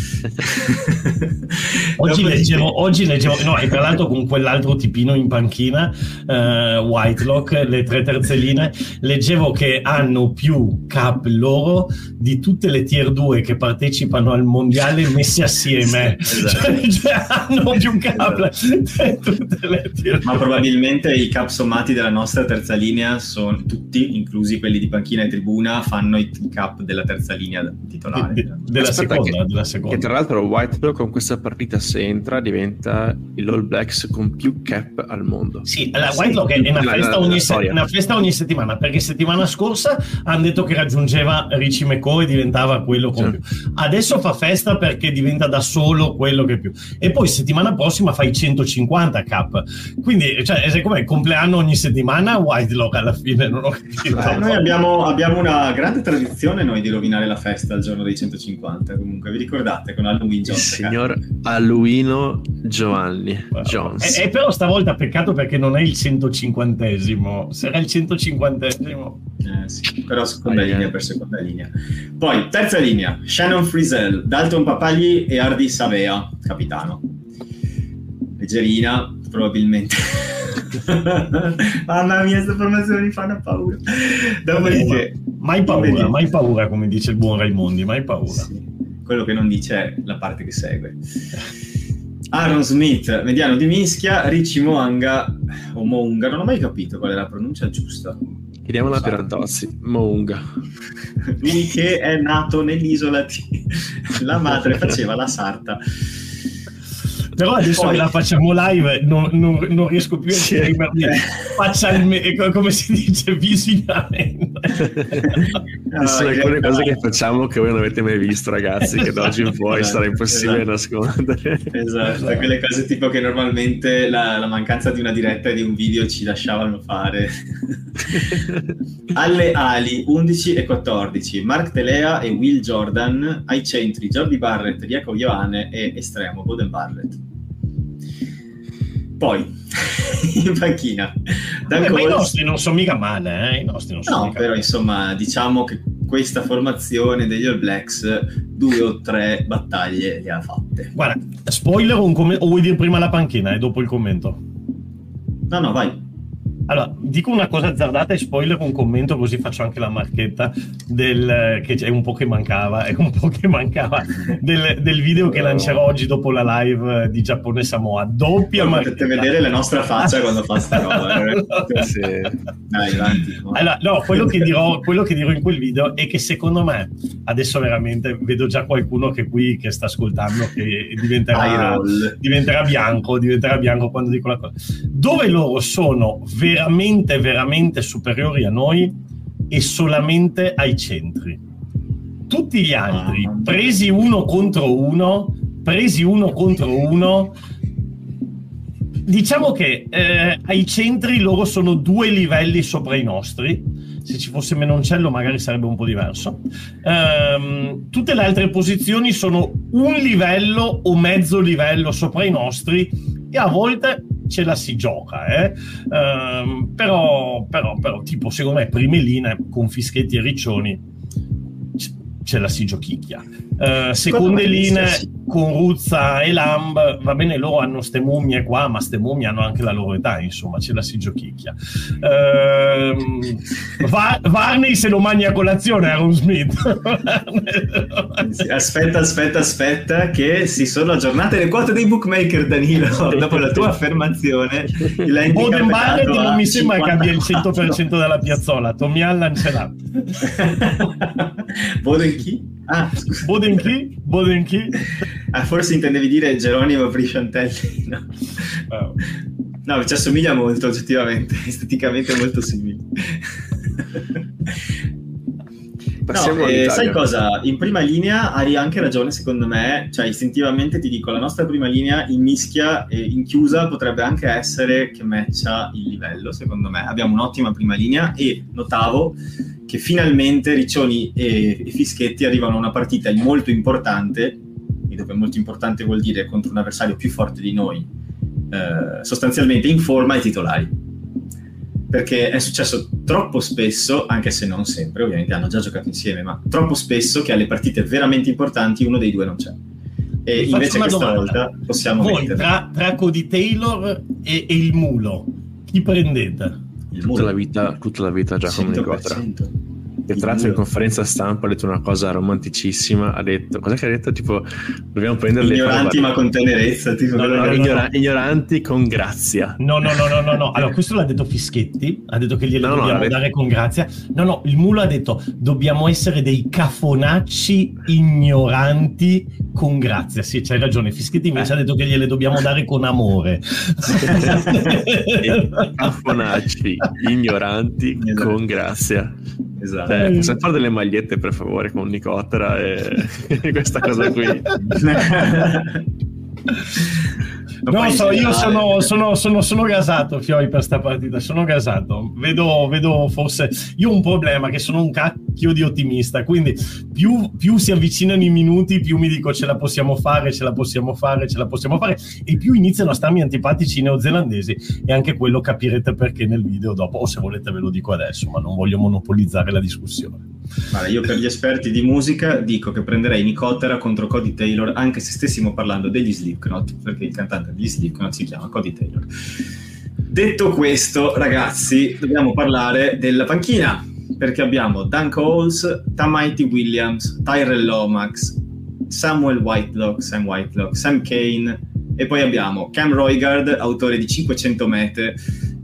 oggi, leggevo, oggi leggevo, no, e tra l'altro con quell'altro tipino in panchina, uh, Whitelock, le tre terzelline, leggevo che hanno più cap loro di tutte le tier due che partecipano al mondiale messe assieme. Sì, esatto. cioè, cioè hanno più cap esatto. tutte le tier ma probabilmente i cap sommati della nostra terza linea sono tutti, inclusi quelli di panchina e tribuna, fanno i cap della terza linea titolare de, de, della, seconda, che, della seconda che tra l'altro Whitelock con questa partita, se entra, diventa il All Blacks con più cap al mondo. Sì, la Whitelock è una festa, ogni se- una festa ogni settimana, perché settimana scorsa hanno detto che raggiungeva Richie McCaw e diventava quello con sì. più. Adesso fa festa perché diventa da solo quello che più. E poi settimana prossima fa i centocinquanta cap. Quindi, cioè, è come il compleanno ogni settimana, Whitelock alla fine, non ho capito. Beh, noi abbiamo, abbiamo una grande tradizione noi di rovinare la festa il giorno dei centocinquanta, comunque vi ricordate con Halloween Jones? Il signor Aluino Giovanni Jones. E, e però stavolta peccato perché non è il centocinquantesimo, sarà il centocinquantesimo. Eh, sì, però seconda ah, linea yeah. per seconda linea. Poi terza linea, Shannon Frizzell, Dalton Papagli e Hardy Savea, capitano. Leggerina, probabilmente. Mamma mia, queste formazioni mi fanno paura. Dopodiché, mai paura, invece... mai paura, come dice il buon Raimondi, mai paura. Sì, quello che non dice è la parte che segue. Aaron Smith, mediano di mischia, Richie Moanga o Mounga, non ho mai capito qual è la pronuncia giusta. Chiediamola per Antozzi, Mounga. Lui che è nato nell'isola di... la madre faceva la sarta. Però adesso Poi... che la facciamo live non, non, non riesco più a sì. esprimermi faccialmente, come si dice, visivamente. No, sono alcune cose che facciamo che voi non avete mai visto, ragazzi, che da oggi in poi esatto, sarà impossibile esatto. nascondere. Esatto, quelle cose tipo che normalmente la, la mancanza di una diretta e di un video ci lasciavano fare. Alle ali undici e quattordici Mark Telea e Will Jordan, ai centri Jordi Barrett, Jacob Ioane e estremo Boden Barrett. Poi in panchina Beh, ma i nostri non sono mica male, eh? I nostri non sono no, mica però male. insomma diciamo che questa formazione degli All Blacks due o tre battaglie le ha fatte. Guarda, spoiler o, un comm- o vuoi dire prima la panchina e dopo il commento? No, no, vai. Allora, dico una cosa azzardata e spoiler un commento, così faccio anche la marchetta del, che è un po' che mancava, è un po' che mancava del, del video che lancerò oggi dopo la live di Giappone Samoa. Doppia Poi marchetta. potete vedere la nostra faccia quando fa sta roba. Eh? Sì. Dai, avanti. No. Allora, no, quello che dirò, quello che dirò in quel video è che secondo me, adesso veramente vedo già qualcuno che qui che sta ascoltando che diventerà, diventerà bianco, diventerà bianco quando dico la cosa. Dove loro sono veramente, veramente superiori a noi e solamente ai centri. Tutti gli altri, presi uno contro uno, presi uno contro uno, diciamo che eh, ai centri loro sono due livelli sopra i nostri. Se ci fosse Menoncello magari sarebbe un po' diverso. Um, tutte le altre posizioni sono un livello o mezzo livello sopra i nostri e a volte ce la si gioca, eh? um, però, però, però tipo secondo me prime linee con Fischetti e Riccioni c- ce la si giochicchia. Uh, seconde linee sì. Con Ruzza e Lamb, va bene, loro hanno ste mummie qua, ma ste mummie hanno anche la loro età, insomma, ce la si giochicchia. Uh, Va- Varney se lo mangia a colazione Aaron Smith. aspetta, aspetta, aspetta, che si sono aggiornate le quote dei bookmaker, Danilo, dopo la tua affermazione. Boden Barrett non mi sembra che abbia il cento per cento della piazzola, Tommy Allen ce l'ha. Boden chi? Ah, Boden chi? Boden chi? Ah, forse intendevi dire Geronimo Brisciantelli. No. Oh. No, ci assomiglia molto oggettivamente, esteticamente molto simile. No, eh, sai cosa? In prima linea hai anche ragione, secondo me, cioè istintivamente ti dico, la nostra prima linea in mischia e in chiusa potrebbe anche essere che matcha il livello, secondo me. Abbiamo un'ottima prima linea e notavo che finalmente Riccioni e, e Fischetti arrivano a una partita molto importante, e dove molto importante vuol dire contro un avversario più forte di noi, eh, sostanzialmente in forma ai titolari. Perché è successo troppo spesso, anche se non sempre, ovviamente hanno già giocato insieme, ma troppo spesso che alle partite veramente importanti uno dei due non c'è. E Vi invece questa domanda. volta possiamo Voi mettere tra, tra Cody Taylor e, e il mulo, chi prendete? il Tutta la vita, tutta la vita Giacomo Nicotra, che tra l'altro in conferenza stampa ha detto una cosa romanticissima, ha detto, cos'è che ha detto? Tipo, dobbiamo prenderle ignoranti ma con tenerezza, tipo, no, no, no, ignora- no. ignoranti con grazia. No, no, no, no, no, no. Allora, questo l'ha detto Fischetti, ha detto che gliele no, dobbiamo no, dare detto... con grazia. No, no, il mulo ha detto dobbiamo essere dei cafonacci ignoranti con grazia. Sì, c'hai ragione. Fischetti invece eh. ha detto che gliele dobbiamo dare con amore. Cafonacci ignoranti esatto. con grazia. Esatto. Eh, possiamo fare delle magliette per favore con Nicotra e questa cosa qui. Non so, io sono, sono, sono, sono gasato, Fioi, per sta partita, sono gasato. Vedo, vedo forse... Io ho un problema, che sono un cacchio di ottimista, quindi più, più si avvicinano i minuti, più mi dico ce la possiamo fare, ce la possiamo fare, ce la possiamo fare, e più iniziano a starmi antipatici i neozelandesi, e anche quello capirete perché nel video dopo, o se volete ve lo dico adesso, ma non voglio monopolizzare la discussione. Allora, io per gli esperti di musica dico che prenderei Nicotera contro Cody Taylor, anche se stessimo parlando degli Slipknot, perché il cantante degli Slipknot si chiama Cody Taylor. Detto questo, ragazzi, dobbiamo parlare della panchina, perché abbiamo Dan Coles, Tamaiti Williams, Tyrell Lomax, Samuel Whitelock, Sam Whitelock, Sam Kane, e poi abbiamo Cam Roigard, autore di cinquecento mete,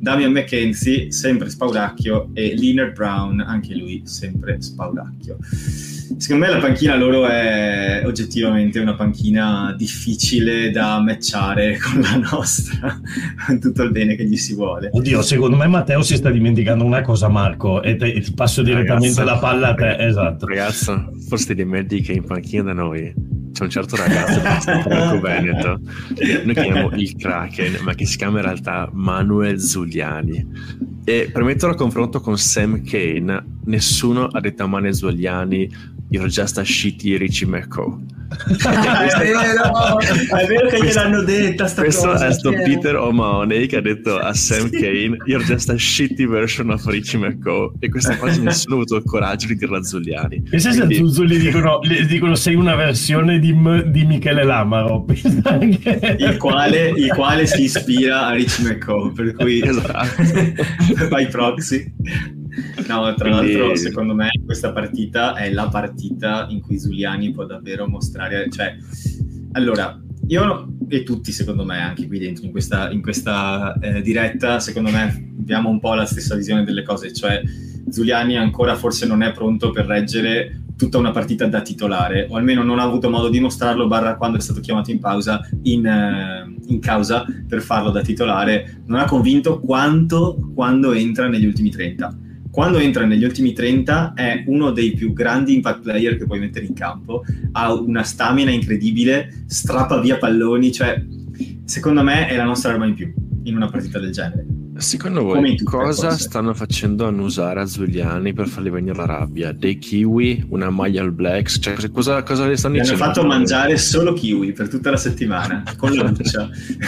Damian McKenzie, sempre spauracchio, e Leonard Brown, anche lui sempre spauracchio. Secondo me la panchina loro è oggettivamente una panchina difficile da matchare con la nostra, con tutto il bene che gli si vuole. Oddio, secondo me Matteo si sta dimenticando una cosa, Marco, e te, ti passo direttamente Ragazzo, la palla a te. Esatto. Ragazzo, forse ti dimentichi che in panchina da noi c'è un certo ragazzo che Franco Veneto, noi chiamiamo il Kraken, ma che si chiama in realtà Manuel Zuliani. E per metterlo a confronto con Sam Kane, nessuno ha detto a Manuel Zuliani you're just a shitty Richie McCaw. è vero, è vero che gliel'hanno detta sta questo cosa, è sto sì. Peter O'Mahony che ha detto a Sam Sì. Kane you're just a shitty version of Richie McCaw, e questa cosa nessuno ha avuto il coraggio di dirla a Zuliani. Pensa se Quindi- a Zuzu gli dicono, gli dicono sei una versione di, M- di Michele Lamaro. Pensa che- il quale, il quale si ispira a Rich McCaw, per cui Esatto. by proxy. No, tra Quindi- l'altro secondo me questa partita è la partita in cui Zuliani può davvero mostrare, cioè, allora, io e tutti secondo me anche qui dentro in questa, in questa eh, diretta, secondo me abbiamo un po' la stessa visione delle cose, cioè Zuliani ancora forse non è pronto per reggere tutta una partita da titolare, o almeno non ha avuto modo di mostrarlo, barra quando è stato chiamato in pausa in, eh, in causa per farlo da titolare, non ha convinto quanto quando entra negli ultimi trenta. Quando entra negli ultimi trenta è uno dei più grandi impact player che puoi mettere in campo, ha una stamina incredibile, strappa via palloni, cioè secondo me è la nostra arma in più in una partita del genere. Secondo Come voi in tutte, cosa forse. stanno facendo annusare a Zuliani per fargli venire la rabbia? Dei kiwi? Una maglia all blacks? Cioè, cosa, cosa le stanno Mi hanno dicendo? fatto mangiare solo kiwi per tutta la settimana con la buccia.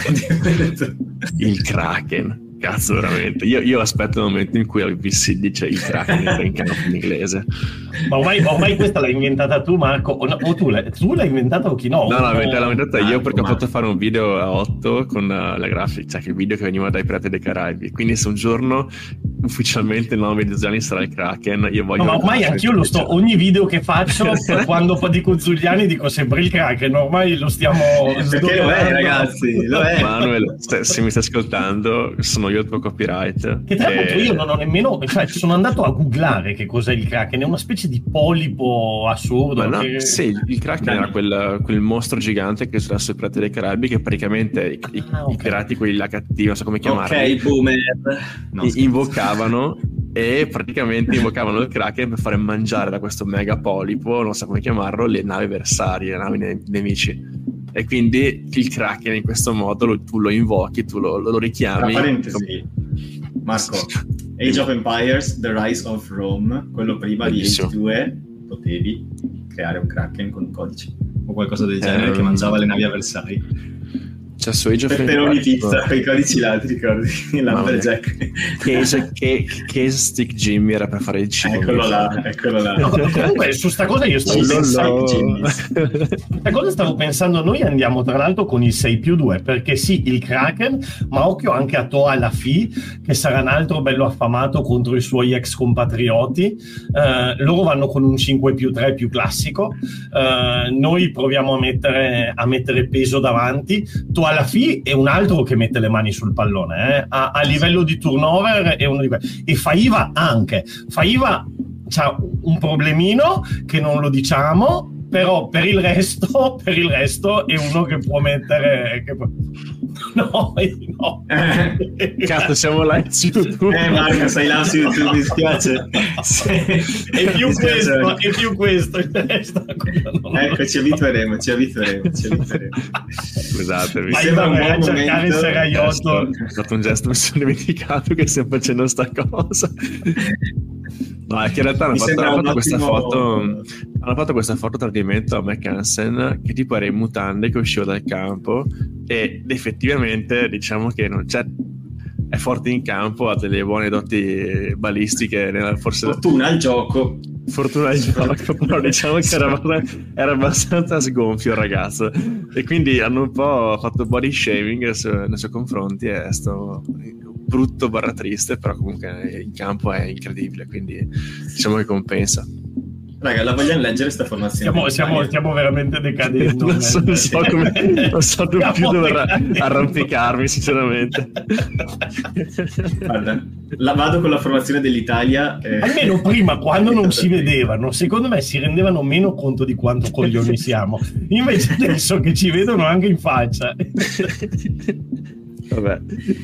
Il Kraken, cazzo, veramente. Io, io aspetto il momento in cui al B C dice il Kraken entra in campo in inglese. Ma ormai, ormai questa l'hai inventata tu, Marco, o, no, o tu, l'hai, tu l'hai inventata o chi no? No, no, l'ho inventata io Marco, perché ho Marco. fatto fare un video a otto con uh, la grafica, cioè che il video che veniva dai Pirati dei Caraibi. Quindi se un giorno ufficialmente il nome di Zuliani sarà il Kraken, io voglio... No, ma ormai anch'io lo sto, ogni video che faccio quando dico Zuliani dico sempre il Kraken, ormai lo stiamo Perché lo è, ragazzi, lo è. Manuel, se, se mi stai ascoltando, sono io il tuo copyright. Che tra l'altro E- io non ho nemmeno, cioè sono andato a googlare che cos'è il Kraken, è una specie di polipo assurdo. Ma no, che- sì, il Kraken Dai. era quel, quel mostro gigante che c'era sui Pirati dei Caraibi, che praticamente i, i- Ah, ok. i pirati, quelli là cattivi, non so come chiamarli, Ok, boomer. No, i- scherzo. invocavano e praticamente invocavano il Kraken per fare mangiare da questo mega polipo, non so come chiamarlo, le navi avversarie, le navi ne- nemici. E quindi il Kraken in questo modo lo- tu lo invochi, tu lo, lo Tra richiami. parentesi, Marco, Age of Empires, The Rise of Rome, quello prima Bellissimo. di Age due, potevi creare un Kraken con un codice o qualcosa del genere Ehm, che mangiava le navi avversarie. Cioè su Age of Pepperoni Empires, pizza, quei codici là, ti ricordi? L'Amberjack. Case, che, Case Stick Jimmy era per fare il cibo. Eccolo là, eccolo là. No, comunque su sta cosa io stavo Ci pensando, pensai, questa cosa stavo pensando, noi andiamo tra l'altro con il sei più due, perché sì, il Kraken, ma occhio anche a Toa Lafi, che sarà un altro bello affamato contro i suoi ex compatrioti. Eh, loro vanno con un cinque più tre più classico, eh, noi proviamo a mettere, a mettere peso davanti. Toa Lafi è un altro che mette le mani sul pallone, eh. a, a livello di turnover è uno di quelli, e Faiva anche. Faiva c'ha un problemino che non lo diciamo, però per il resto per il resto è uno che può mettere che può... no, no. Cazzo, siamo live su YouTube. Eh Marco, sei là su YouTube, mi spiace. è più Mi spiace. questo è più questo il resto, no. Ecco, ci abitueremo, ci abitueremo, ci abitueremo. Scusatemi. Mi Vai, sembra un vabbè, buon a cercare il momento. seraiotto. Ho fatto un gesto, mi sono dimenticato che stiamo facendo sta cosa. No, è che in realtà hanno Mi fatto, sembra hanno un fatto questa ottimo- foto hanno fatto questa foto tradimento a McHansen che tipo era in mutande che usciva dal campo ed effettivamente diciamo che non c'è, è forte in campo, ha delle buone doti balistiche, nella- forse Fortuna al gioco. fortuna di gioco, però diciamo che era, era abbastanza sgonfio il ragazzo e quindi hanno un po' fatto body shaming su- nei suoi confronti e è sto brutto barra triste, però comunque in campo è incredibile, quindi diciamo che compensa. Raga, la vogliamo leggere sta formazione? Stiamo, siamo, stiamo veramente decadendo. non, so, non so come, non so più dove arrampicarmi, sinceramente. Guarda, la vado con la formazione dell'Italia. Eh. Almeno prima, quando non si vedevano, secondo me si rendevano meno conto di quanto coglioni siamo. Invece adesso che ci vedono anche in faccia. Vabbè.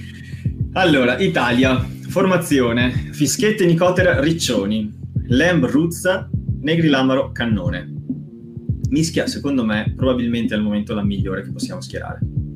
Allora, Italia, formazione: Fischietti, Nicotera, Riccioni, Lamb, Ruzza, Negri, Lamaro, Cannone. Mischia, secondo me, probabilmente al momento la migliore che possiamo schierare.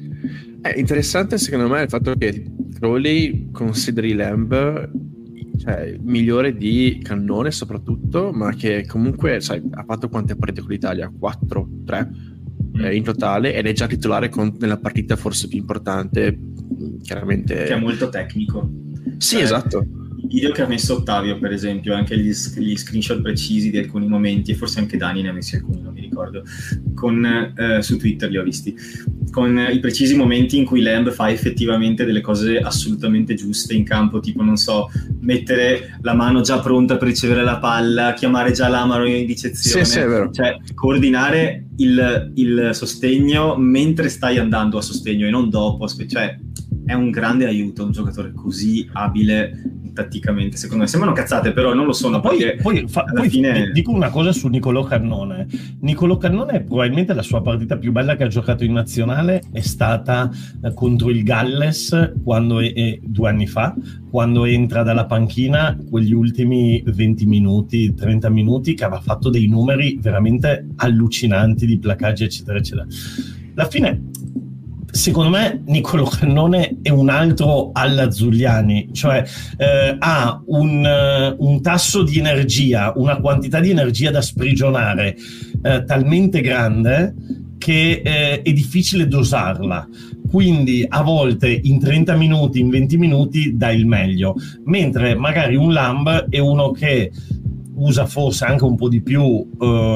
È interessante secondo me il fatto che Crowley consideri Lamb, cioè, migliore di Cannone soprattutto, ma che comunque, sai, ha fatto quante partite con l'Italia? quattro, tre mm. eh, in totale, ed è già titolare con, nella partita forse più importante, chiaramente. Che è molto tecnico. Sì, eh, esatto. I video che ha messo Ottavio, per esempio, anche gli, gli screenshot precisi di alcuni momenti, e forse anche Dani ne ha messi alcuni, non mi ricordo, con, eh, su Twitter li ho visti, con eh, i precisi momenti in cui Lamb fa effettivamente delle cose assolutamente giuste in campo, tipo, non so, mettere la mano già pronta per ricevere la palla, chiamare già Lamaro in ricezione, sì, sì, è vero. Cioè coordinare il, il sostegno mentre stai andando a sostegno e non dopo, cioè è un grande aiuto un giocatore così abile tatticamente. Secondo me sembrano cazzate, però non lo sono. Poi, perché poi, fa, alla poi fine... dico una cosa su Nicolò Cannone. Nicolò Cannone è probabilmente la sua partita più bella che ha giocato in nazionale è stata eh, contro il Galles, quando è, è, due anni fa, quando entra dalla panchina quegli ultimi venti minuti, trenta minuti, che aveva fatto dei numeri veramente allucinanti di placaggi, eccetera, eccetera. Alla fine, secondo me, Nicolò Cannone è un altro alla Zuliani, cioè eh, ha un, uh, un tasso di energia, una quantità di energia da sprigionare eh, talmente grande che eh, è difficile dosarla. Quindi a volte in trenta minuti, in venti minuti dà il meglio, mentre magari un Lamb è uno che usa forse anche un po' di più uh,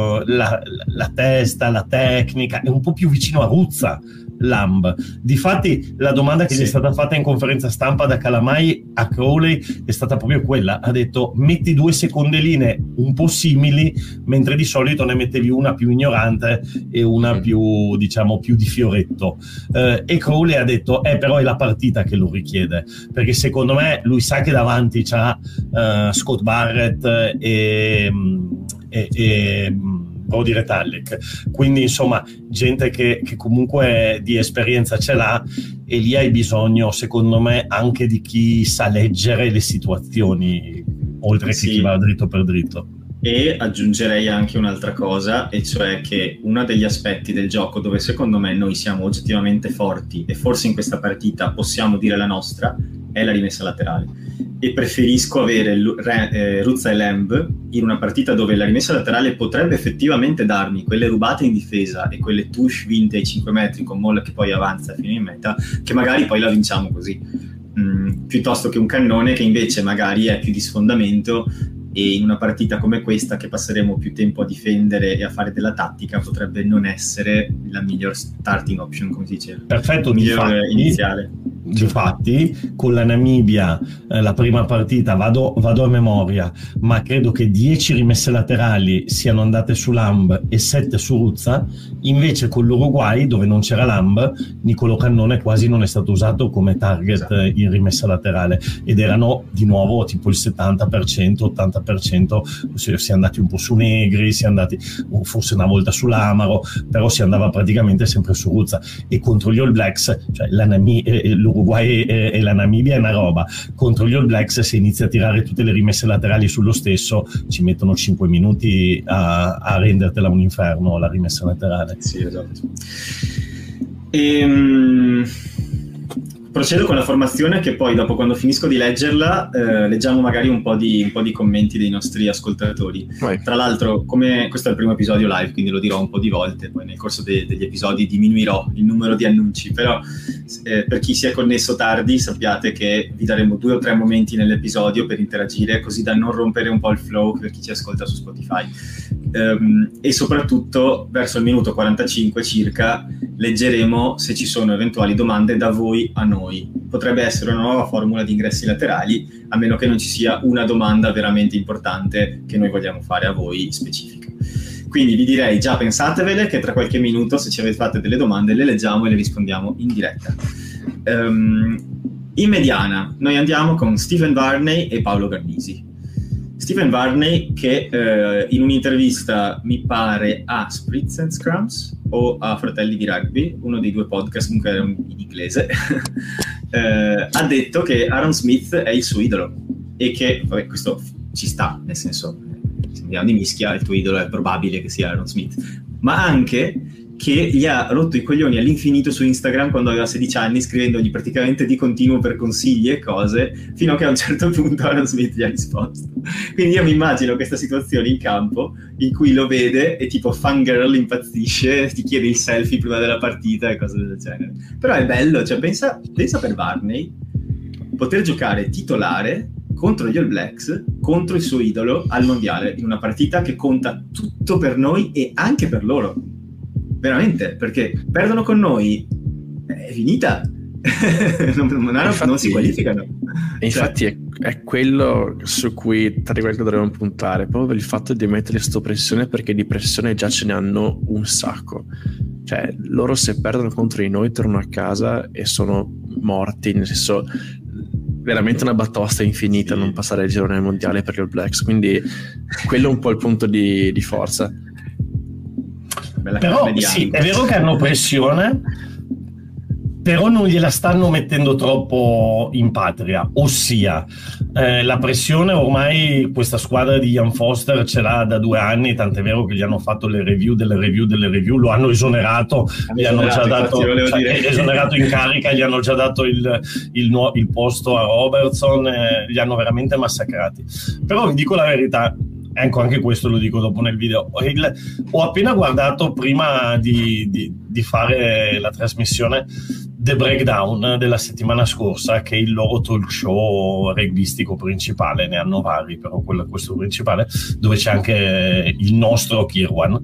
la, la testa, la tecnica, è un po' più vicino a Ruzza Lamb. Difatti la domanda che sì. gli è stata fatta in conferenza stampa da Calamai a Crowley è stata proprio quella, ha detto metti due secondeline un po' simili, mentre di solito ne mettevi una più ignorante e una mm. più, diciamo, più di fioretto, uh, e Crowley ha detto eh però è la partita che lo richiede, perché secondo me lui sa che davanti c'ha uh, Scott Barrett e, e, e Brody Retallick, quindi insomma gente che, che comunque di esperienza ce l'ha, e lì hai bisogno secondo me anche di chi sa leggere le situazioni oltre sì. che chi va dritto per dritto. E aggiungerei anche un'altra cosa, e cioè che uno degli aspetti del gioco dove secondo me noi siamo oggettivamente forti e forse in questa partita possiamo dire la nostra è la rimessa laterale, e preferisco avere eh, Ruzza e Lamb in una partita dove la rimessa laterale potrebbe effettivamente darmi quelle rubate in difesa e quelle touche vinte ai cinque metri con Moll che poi avanza fino in meta, che magari poi la vinciamo così, mm, piuttosto che un Cannone che invece magari è più di sfondamento, e in una partita come questa che passeremo più tempo a difendere e a fare della tattica potrebbe non essere la miglior starting option, come si diceva. Perfetto, il miglior difatti, iniziale. Difatti con la Namibia eh, la prima partita vado, vado a memoria, ma credo che dieci rimesse laterali siano andate su Lamb e sette su Ruzza. Invece con l'Uruguay, dove non c'era Lamb, Nicolò Cannone quasi non è stato usato come target esatto. in rimessa laterale, ed erano di nuovo tipo il settanta per cento, ottanta per cento, si è andati un po' su Negri, si è andati forse una volta su Lamaro, però si andava praticamente sempre su Ruzza. E contro gli All Blacks, cioè la Nami- l'Uruguay e, e la Namibia è una roba, contro gli All Blacks se inizia a tirare tutte le rimesse laterali sullo stesso ci mettono cinque minuti a, a rendertela un inferno la rimessa laterale. Sì, esatto. Ehm... Procedo con la formazione, che poi dopo, quando finisco di leggerla, eh, leggiamo magari un po' di, un po' di commenti dei nostri ascoltatori. Vai. Tra l'altro, come questo è il primo episodio live, quindi lo dirò un po' di volte, poi nel corso de- degli episodi diminuirò il numero di annunci, però eh, per chi si è connesso tardi sappiate che vi daremo due o tre momenti nell'episodio per interagire, così da non rompere un po' il flow per chi ci ascolta su Spotify. Um, e soprattutto verso il minuto quarantacinque circa leggeremo se ci sono eventuali domande da voi a noi. Potrebbe essere una nuova formula di ingressi laterali, a meno che non ci sia una domanda veramente importante che noi vogliamo fare a voi specifica. Quindi vi direi già pensatevele che tra qualche minuto, se ci avete fatte delle domande, le leggiamo e le rispondiamo in diretta. Um, in mediana noi andiamo con Stephen Varney e Paolo Garnisi. Stephen Varney che eh, in un'intervista mi pare a Spritz and Scrums o a Fratelli di Rugby, uno dei due podcast, comunque era in inglese, eh, ha detto che Aaron Smith è il suo idolo e che, vabbè, questo ci sta, nel senso, se andiamo di mischia, il tuo idolo è probabile che sia Aaron Smith, ma anche che gli ha rotto i coglioni all'infinito su Instagram quando aveva sedici anni, scrivendogli praticamente di continuo per consigli e cose, fino a che a un certo punto Aaron Smith gli ha risposto. Quindi io mi immagino questa situazione in campo in cui lo vede e tipo fangirl impazzisce, ti chiede il selfie prima della partita e cose del genere. Però è bello, cioè pensa, pensa per Varney poter giocare titolare contro gli All Blacks, contro il suo idolo al mondiale, in una partita che conta tutto per noi e anche per loro. Veramente, perché perdono con noi, è finita. non, non, infatti, non si qualificano. Infatti cioè. è, è quello su cui tra virgolette dovremmo puntare, proprio per il fatto di mettere sto pressione, perché di pressione già ce ne hanno un sacco. Cioè loro se perdono contro di noi tornano a casa e sono morti, nel senso veramente una batosta infinita, sì. Non passare il girone mondiale per gli All Blacks, quindi quello è un po' il punto di, di forza. Però sì, è vero che hanno pressione, però non gliela stanno mettendo troppo in patria, ossia eh, la pressione ormai questa squadra di Ian Foster ce l'ha da due anni, tant'è vero che gli hanno fatto le review delle review delle review, lo hanno esonerato, gli hanno già dato, cioè, esonerato in carica, gli hanno già dato il, il, nuo- il posto a Robertson, eh, li hanno veramente massacrati. Però vi dico la verità, ecco, anche questo lo dico dopo nel video. Il, ho appena guardato prima di, di, di fare la trasmissione The Breakdown della settimana scorsa, che è il loro talk show rugbyistico principale, ne hanno vari, però quello è questo principale, dove c'è anche il nostro Kirwan,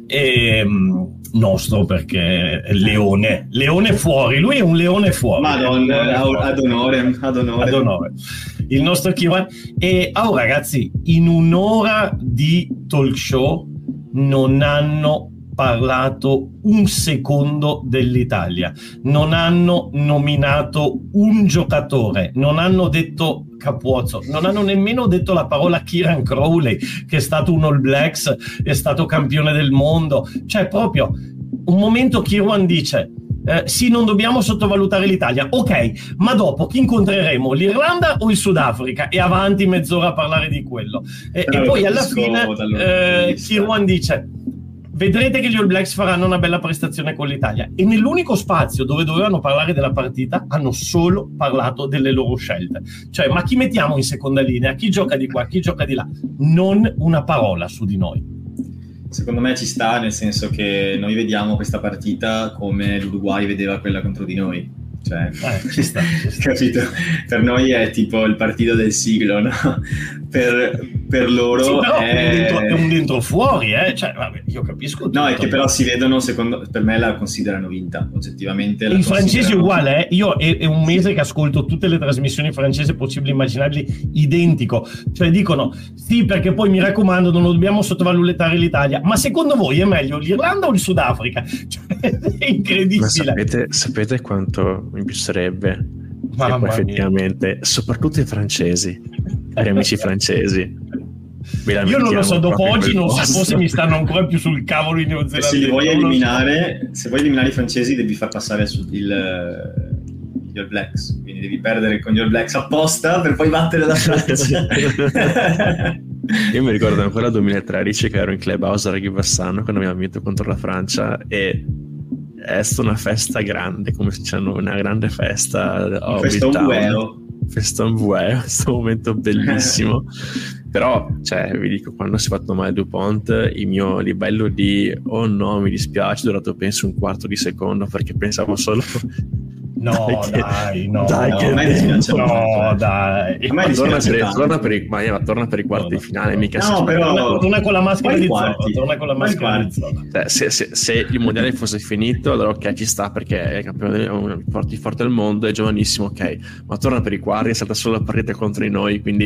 e nostro perché è leone, leone fuori, lui è un leone fuori. Madonna, leone fuori. Ad onore, ad onore. Ad onore. Il nostro Kirwan. E oh ragazzi, in un'ora di talk show non hanno parlato un secondo dell'Italia, non hanno nominato un giocatore, non hanno detto Capuozzo, non hanno nemmeno detto la parola Kieran Crowley, che è stato un All Blacks, è stato campione del mondo. Cioè proprio un momento Kirwan dice eh, sì, non dobbiamo sottovalutare l'Italia, ok, ma dopo chi incontreremo, l'Irlanda o il Sudafrica? E avanti mezz'ora a parlare di quello, e, e poi alla fine eh, Kirwan dice vedrete che gli All Blacks faranno una bella prestazione con l'Italia, e nell'unico spazio dove dovevano parlare della partita hanno solo parlato delle loro scelte. Cioè, ma chi mettiamo in seconda linea? Chi gioca di qua? Chi gioca di là? Non una parola su di noi. Secondo me ci sta, nel senso che noi vediamo questa partita come l'Uruguay vedeva quella contro di noi. Cioè, eh, ci sta, ci sta. Capito? Per noi è tipo il partito del siglo, no? Per, per loro sì, però è... un dentro, è un dentro fuori, eh? Cioè, vabbè, io capisco tutto. No, è che però si vedono, secondo per me la considerano vinta, oggettivamente. Il francese è uguale, eh? Io è, è un mese che ascolto tutte le trasmissioni francesi possibili e immaginabili, identico. Cioè dicono, sì, perché poi mi raccomando non dobbiamo sottovalutare l'Italia. Ma secondo voi è meglio l'Irlanda o il Sudafrica? Cioè, è incredibile. Ma sapete, sapete quanto mi piacerebbe che poi effettivamente, soprattutto i francesi, gli amici francesi, io non lo so, dopo oggi non so, forse mi stanno ancora più sul cavolo i neozelandesi. Se li vuoi eliminare, se vuoi eliminare i francesi devi far passare sul, il, gli All Blacks, quindi devi perdere con gli All Blacks apposta per poi battere la Francia. Io mi ricordo ancora duemilatredici che ero in Clubhouse a Reggivassano quando abbiamo vinto contro la Francia, e è stata una festa grande, come si dice, una grande festa. Oh, Feston Vueo. Feston Vueo, questo momento bellissimo. Però, cioè, vi dico, quando si è fatto male DuPont, il mio livello di oh no, mi dispiace, è durato penso un quarto di secondo, perché pensavo solo no dai, che, dai no dai no, che no, no dai ma torna per, torna, per i, ma, torna per i quarti di finale, mica no, però torna, torna con la maschera di Zola, torna con la maschera di Zola. Cioè, se, se, se il mondiale fosse finito, allora ok, ci sta, perché è campione del, forte, forte del mondo, è giovanissimo, ok, ma torna per i quarti, è stata solo la partita contro di noi, quindi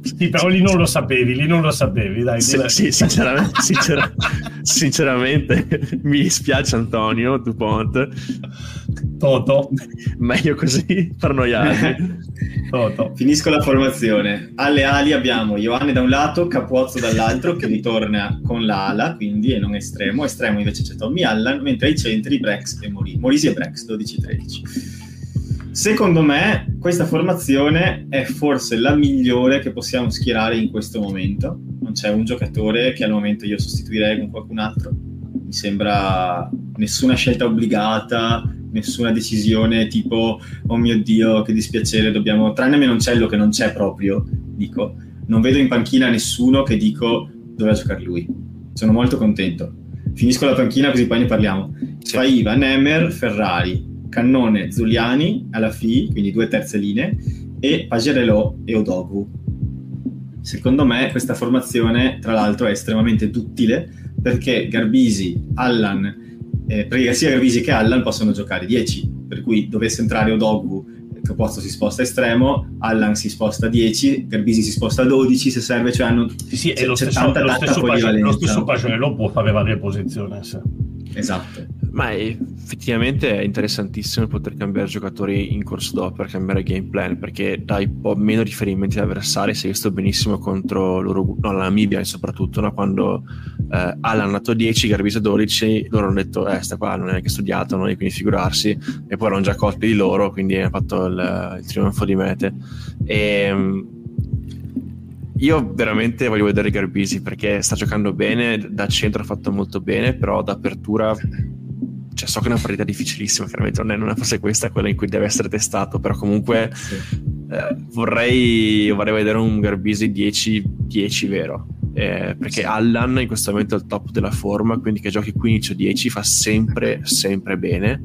Sì, però lì non lo sapevi, lì non lo sapevi, dai. Sì, sì, sinceramente, sincer- sinceramente mi dispiace Antonio Dupont. Toto. Meglio così per noiarmi. Toto. Finisco la formazione. Alle ali abbiamo Ioane da un lato, Capuozzo dall'altro, che ritorna con l'ala, quindi e non estremo. Estremo invece c'è Tommy Allan, mentre ai centri Brex e Morisi. Morisi e Brex, dodici tredici. Secondo me questa formazione è forse la migliore che possiamo schierare in questo momento. Non c'è un giocatore che al momento io sostituirei con qualcun altro. Mi sembra nessuna scelta obbligata, nessuna decisione tipo oh mio Dio che dispiacere, dobbiamo, tranne Menoncello che non c'è proprio, dico, non vedo in panchina nessuno che dico doveva giocare lui. Sono molto contento. Finisco la panchina così poi ne parliamo. Sì. Faiva, Nemer, Ferrari, Cannone, Zuliani alla F I, quindi due terze linee, e Pagerello e Odogwu. Secondo me questa formazione tra l'altro è estremamente duttile perché Garbisi, Allan, eh, perché sia Garbisi che Allan possono giocare dieci, per cui dovesse entrare Odogwu, Capozzo si sposta estremo, Allan si sposta dieci, Garbisi si sposta dodici se serve, cioè hanno sì, sì, c'è, e lo c'è stesso, tanta, lo tanta stesso polivalenza. Lo stesso Pagerello può fare varie posizioni, sì. Esatto. Ma effettivamente è interessantissimo poter cambiare giocatori in corso d'opera per cambiare game plan, perché dai un po' meno riferimenti agli avversari. Si è visto benissimo contro loro, no, la Namibia soprattutto, no? Quando eh, Allan ha dato dieci, Garbisi dodici, loro hanno detto eh sta qua non è neanche studiato, no? Quindi figurarsi, e poi erano già colpi di loro, quindi hanno fatto il, il trionfo di mete. E io veramente voglio vedere Garbisi perché sta giocando bene, da centro ha fatto molto bene, però da apertura, cioè so che è una partita difficilissima, chiaramente non è, non è forse questa quella in cui deve essere testato, però comunque sì. eh, vorrei, vorrei vedere un Garbisi dieci dieci vero, eh, perché sì. Allan in questo momento è al top della forma, quindi che giochi quindici o dieci fa sempre sempre bene,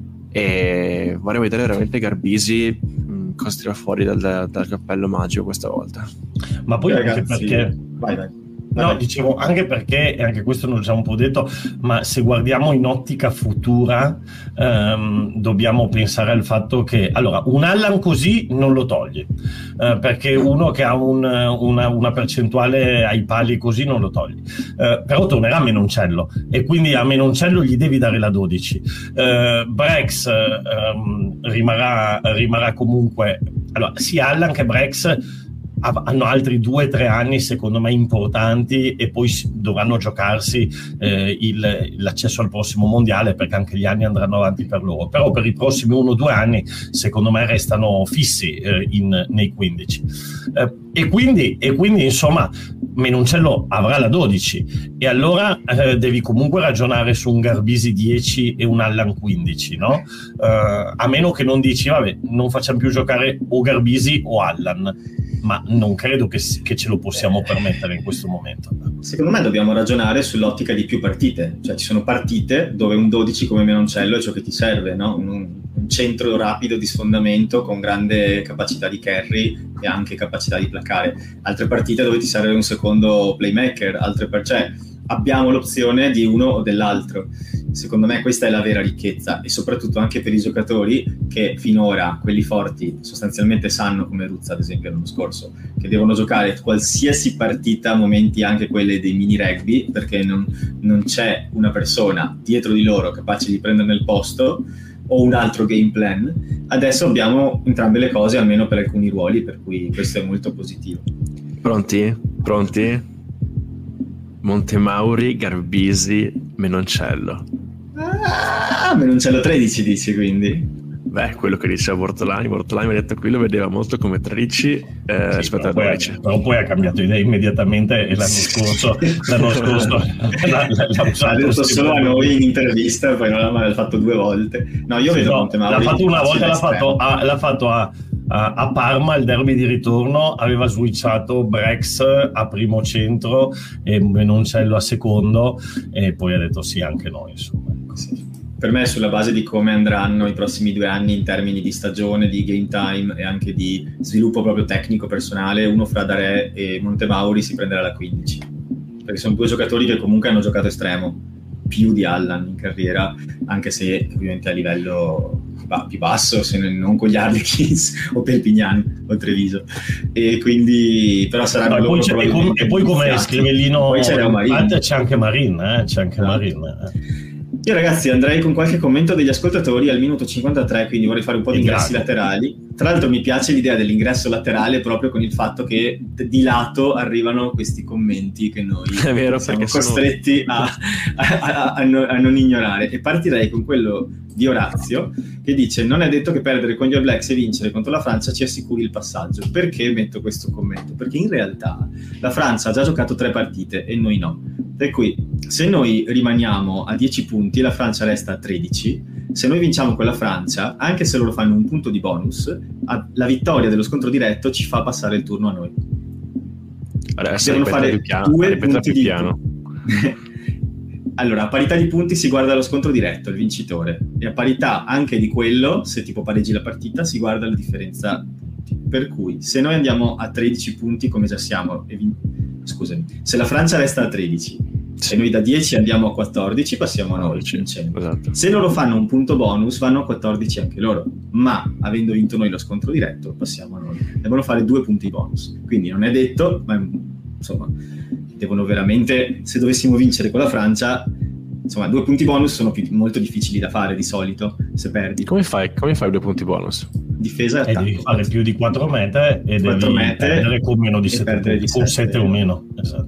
e vorrei vedere veramente Garbisi mh, cosa tira fuori dal, dal cappello magico questa volta. Ma poi Ragazzi, anche perché vai vai no, dicevo anche perché, e anche questo non l'ho già un po' detto, ma se guardiamo in ottica futura ehm, dobbiamo pensare al fatto che allora un Allan così non lo togli, eh, perché uno che ha un, una, una percentuale ai pali così non lo togli, eh, però tornerà Menoncello e quindi a Menoncello gli devi dare la dodici. eh, Brex ehm, rimarrà, rimarrà comunque, allora sia Allan che Brex hanno altri due o tre anni secondo me importanti e poi dovranno giocarsi eh, il, l'accesso al prossimo mondiale, perché anche gli anni andranno avanti per loro, però per i prossimi uno o due anni secondo me restano fissi eh, in, nei quindici eh, e, quindi, e quindi insomma Menoncello avrà la dodici e allora eh, devi comunque ragionare su un Garbisi dieci e un Allan quindici, no? Eh, a meno che non dici vabbè non facciamo più giocare o Garbisi o Allan, ma non credo che, che ce lo possiamo permettere in questo momento. Secondo me dobbiamo ragionare sull'ottica di più partite, cioè ci sono partite dove un dodici come Menoncello è ciò che ti serve, no? un, un centro rapido di sfondamento con grande capacità di carry e anche capacità di placare, altre partite dove ti serve un secondo playmaker, altre per... cioè abbiamo l'opzione di uno o dell'altro. Secondo me questa è la vera ricchezza, e soprattutto anche per i giocatori che finora, quelli forti, sostanzialmente sanno, come Ruzza ad esempio l'anno scorso, che devono giocare qualsiasi partita, momenti anche quelle dei mini rugby, perché non, non c'è una persona dietro di loro capace di prenderne il posto o un altro game plan. Adesso abbiamo entrambe le cose, almeno per alcuni ruoli, per cui questo è molto positivo. Pronti? Pronti? Montemauri, Garbisi, Menoncello. Ah, Menoncello tredici dici quindi? Beh, quello che diceva Bortolani, Bortolani mi ha detto qui lo vedeva molto come tredici eh, sì, rispetto a dodici. dodici. Però poi ha cambiato idea immediatamente e l'anno scorso l'anno scorso l'ha, l'ha usato. Ha detto solo a noi in intervista, poi non l'ha fatto due volte. No, io sì, vedo no, Montemauri. L'ha fatto una volta, l'ha fatto, a, l'ha fatto a, a, a Parma, il derby di ritorno, aveva switchato Brex a primo centro e Menoncello a secondo, e poi ha detto sì anche noi, insomma. Sì. Per me, sulla base di come andranno i prossimi due anni in termini di stagione, di game time e anche di sviluppo proprio tecnico personale, uno fra Darè e Montemauri si prenderà la quindici, perché sono due giocatori che comunque hanno giocato estremo più di Allan in carriera, anche se ovviamente a livello più basso, se non con gli Harlequins o Perpignan o Treviso, e quindi però saranno no, loro e, poi, e, com- e poi come scrivellino poi c'è, c'è anche Marin, eh? c'è anche no. Marin eh. Io ragazzi andrei con qualche commento degli ascoltatori al minuto cinquantatré, quindi vorrei fare un po' di ingressi laterali. Tra l'altro mi piace l'idea dell'ingresso laterale proprio con il fatto che di lato arrivano questi commenti che noi è vero, siamo costretti sono... a, a, a, a, no, a non ignorare, e partirei con quello di Orazio che dice: non è detto che perdere con gli All Blacks e vincere contro la Francia ci assicuri il passaggio. Perché metto questo commento? Perché in realtà la Francia ha già giocato tre partite e noi no, per cui se noi rimaniamo a dieci punti la Francia resta a tredici. Se noi vinciamo con la Francia, anche se loro fanno un punto di bonus, la vittoria dello scontro diretto ci fa passare il turno a noi. Adesso devono fare più piano, due punti di piano. Allora, a parità di punti si guarda lo scontro diretto, il vincitore, e a parità anche di quello, se tipo pareggi la partita, si guarda la differenza. Per cui, se noi andiamo a tredici punti, come già siamo, e vin- scusami, se la Francia resta a tredici, se noi da dieci andiamo a quattordici, passiamo a noi, vincendo. Esatto. Se loro fanno un punto bonus, vanno a quattordici anche loro, ma avendo vinto noi lo scontro diretto, passiamo a noi. Devono fare due punti bonus, quindi non è detto, ma insomma... devono veramente, se dovessimo vincere con la Francia, insomma due punti bonus sono più, molto difficili da fare di solito se perdi. Come fai, come fai due punti bonus? Difesa e attacco. E devi fare più di quattro mete e quattro devi mete perdere con meno di sette, con sette o meno. Esatto.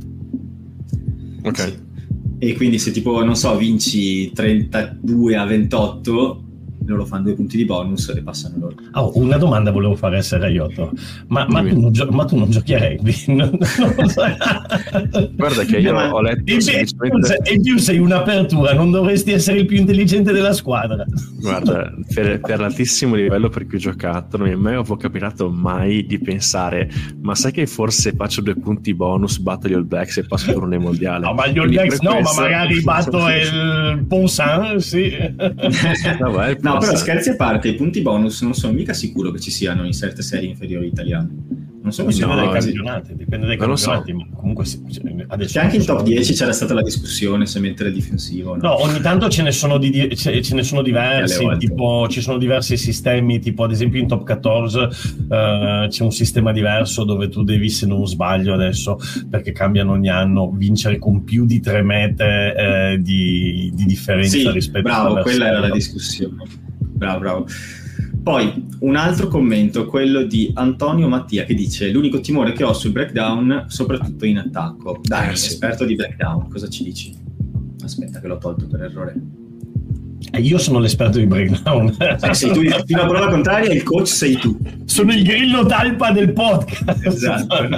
Ok. Sì. E quindi se tipo, non so, vinci trentadue a ventotto, loro fanno due punti di bonus e passano loro. Oh, una domanda volevo fare a Seraiotto, ma, ma, tu non gio- ma tu non giochi a rugby? Non, non so. Guarda che io ho letto e, semplicemente... e più sei un'apertura, non dovresti essere il più intelligente della squadra. Guarda, per, per l'altissimo livello per cui ho giocato non mi è mai capitato mai di pensare: ma sai che forse faccio due punti bonus, batto gli All Blacks e passo per un mondiale? No, ma gli All Blacks no, questo... ma magari batto il Ponsan, sì. No, vai, no, però scherzi a parte, i punti bonus non sono mica sicuro che ci siano in certe serie inferiori italiane. Non so, dipende no, dai campionati, dipende dai campionati, so. Ma comunque adesso anche in top dieci c'era stata la discussione se mettere il difensivo. No, no ogni tanto ce ne sono, di, ce, ce ne sono diversi, tipo ci sono diversi sistemi, tipo ad esempio in top quattordici uh, c'è un sistema diverso dove tu devi, se non sbaglio adesso, perché cambiano ogni anno, vincere con più di tre mete eh, di, di differenza sì, rispetto bravo, a quella era la discussione. Bravo, bravo. Poi un altro commento, quello di Antonio Mattia, che dice: l'unico timore che ho sul breakdown, soprattutto in attacco. Dai, sì. Esperto di breakdown, cosa ci dici? Aspetta che l'ho tolto per errore. Eh, io sono l'esperto di breakdown. Eh, sei tu, fino a prova contraria il coach sei tu. Sono il grillo talpa del podcast. Esatto.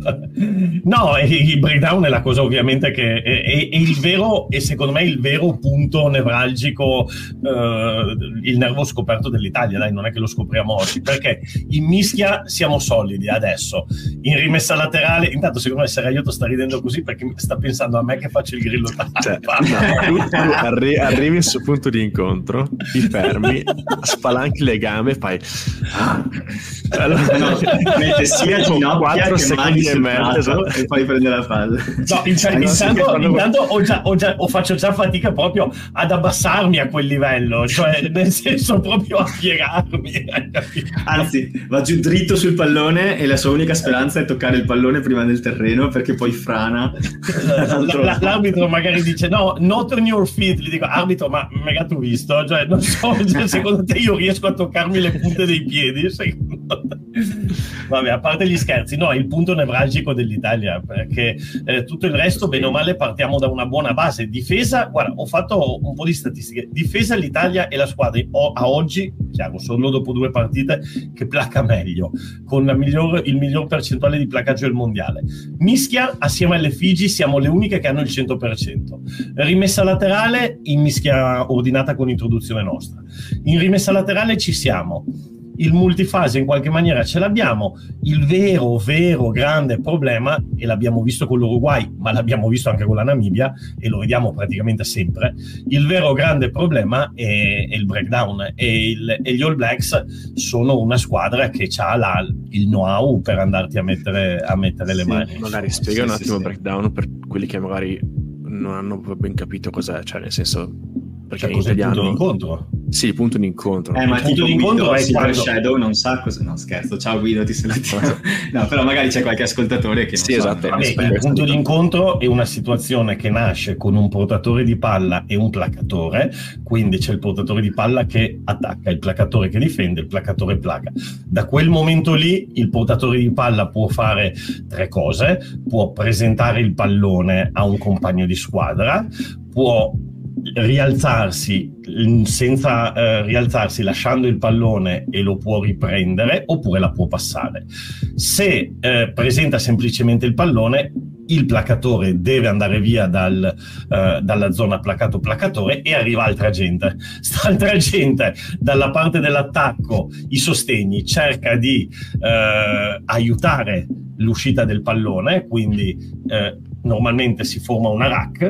No, il breakdown è la cosa ovviamente che è, è, è il vero, e secondo me il vero punto nevralgico, eh, il nervo scoperto dell'Italia. Dai, non è che lo scopriamo oggi, perché in mischia siamo solidi adesso, in rimessa laterale. Intanto secondo me Seraiotto sta ridendo così perché sta pensando a me che faccio il grillo talpa. Cioè, no, tu, tu arri- arrivi sul punto di incontro, ti fermi, spalanchi le gambe e fai ah. Allora, no, mette sia ginocchia che secondi mani e mezzo e poi prende la palla. No, intanto, intanto, intanto ho già, ho già, ho faccio già fatica proprio ad abbassarmi a quel livello, cioè nel senso proprio a piegarmi. Anzi, va giù dritto sul pallone e la sua unica speranza è toccare il pallone prima del terreno, perché poi frana. la, l'arbitro magari dice no, not on your feet, gli dico arbitro, ma mega tu visto, cioè non so, cioè, secondo te io riesco a toccarmi le punte dei piedi? Secondo te? Vabbè, a parte gli scherzi, no, è il punto nevralgico dell'Italia, perché eh, tutto il resto bene o male partiamo da una buona base. Difesa, guarda, ho fatto un po' di statistiche, difesa l'Italia è la squadra o, a oggi, chiaro, solo dopo due partite, che placa meglio, con la miglior, il miglior percentuale di placaggio del mondiale. Mischia, assieme alle Figi, siamo le uniche che hanno il cento per cento. Rimessa laterale, in mischia ordinata con introduzione nostra. In rimessa laterale ci siamo. Il multifase in qualche maniera ce l'abbiamo. Il vero, vero grande problema, e l'abbiamo visto con l'Uruguay, ma l'abbiamo visto anche con la Namibia, e lo vediamo praticamente sempre, il vero grande problema è, è il breakdown, e, il, e gli All Blacks sono una squadra che ha la, il know-how per andarti a mettere, a mettere le sì, mani. Magari spiega sì, un attimo il sì, breakdown per quelli che magari non hanno ben capito cos'è, cioè nel senso, perché cioè, in cos'è italiano... il punto d'incontro? Sì, il punto d'incontro. Eh, ma il punto tipo d'incontro Guido, è Silver quando... Shadow non sa cosa... No, scherzo, ciao Guido, ti saluto. No, però magari c'è qualche ascoltatore che non sì, sa. esatto. Vabbè, il punto d'incontro è una situazione che nasce con un portatore di palla e un placatore, quindi c'è il portatore di palla che attacca, il placatore che difende, il placatore placa. Da quel momento lì il portatore di palla può fare tre cose: può presentare il pallone a un compagno di squadra, può rialzarsi senza eh, rialzarsi lasciando il pallone e lo può riprendere, oppure la può passare. Se eh, presenta semplicemente il pallone, il placatore deve andare via dal, eh, dalla zona placato placatore e arriva altra gente. Sta altra gente dalla parte dell'attacco, i sostegni, cerca di eh, aiutare l'uscita del pallone, quindi eh, normalmente si forma una rack,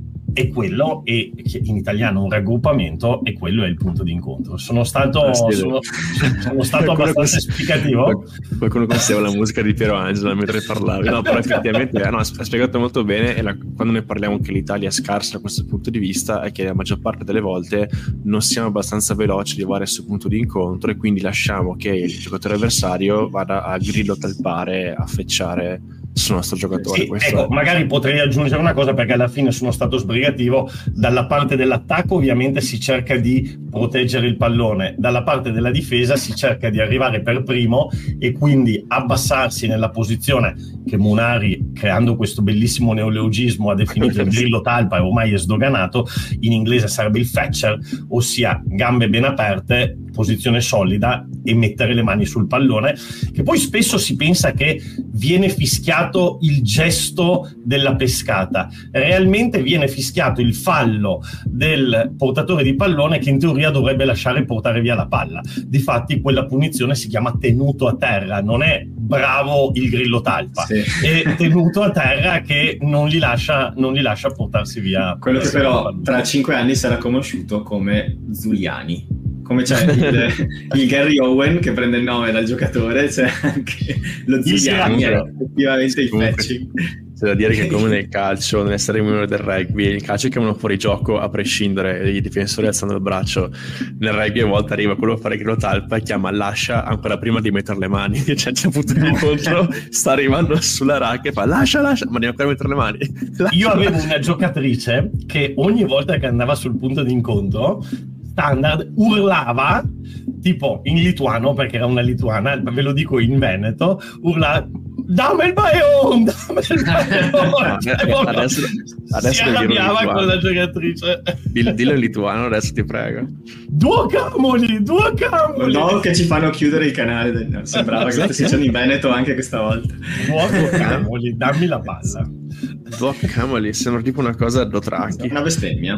e quello è, in italiano un raggruppamento, e quello è il punto di incontro. Sono stato, sono, sono stato abbastanza esplicativo. Qualcuno consigliava la musica di Piero Angela mentre parlavi, no, però effettivamente no, ha spiegato molto bene. E la, quando ne parliamo che l'Italia è scarsa da questo punto di vista, è che la maggior parte delle volte non siamo abbastanza veloci di arrivare sul punto di incontro, e quindi lasciamo che il giocatore avversario vada a grillo talpare, a fecciare sul nostro giocatore. Sì, questo... ecco, magari potrei aggiungere una cosa, perché alla fine sono stato sbrigativo. Dalla parte dell'attacco ovviamente si cerca di proteggere il pallone, dalla parte della difesa si cerca di arrivare per primo e quindi abbassarsi nella posizione che Munari, creando questo bellissimo neologismo, ha definito il grillo talpa, e ormai è sdoganato. In inglese sarebbe il fetcher, ossia gambe ben aperte, posizione solida, e mettere le mani sul pallone, che poi spesso si pensa che viene fischiato il gesto della pescata. Realmente viene fischiato il fallo del portatore di pallone, che in teoria dovrebbe lasciare portare via la palla. Difatti quella punizione si chiama tenuto a terra, non è bravo il grillo talpa, sì. È tenuto a terra che non li lascia, non li lascia portarsi via. Quello che però tra cinque anni sarà conosciuto come Zuliani. Come c'è il, il Gary Owen che prende il nome dal giocatore, c'è anche lo Zuliani, è effettivamente il patching. C'è da dire che come nel calcio, nelle serie minori del rugby, il calcio chiamano fuori gioco a prescindere, i difensori alzano il braccio. Nel rugby a volte arriva quello a fare grillo talpa e chiama lascia ancora prima di mettere le mani, cioè c'è un punto di incontro, sta arrivando sulla rack e fa lascia lascia, ma devi ancora mettere le mani. Lascia, Io avevo lascia. una giocatrice che ogni volta che andava sul punto di incontro standard urlava, tipo in lituano, perché era una lituana, ve lo dico in veneto, urlava dammi il baion, dammi il baion. Cioè, adesso, adesso si arrabbiava con la giocatrice. Dillo, dillo in lituano adesso, ti prego. Due camoli, due camoli. No, che ci fanno chiudere il canale del... no, sembrava che stessi dicendo in veneto anche questa volta. Due camoli, dammi la palla. Due camoli, sembra tipo una cosa a Dothraki. Una bestemmia.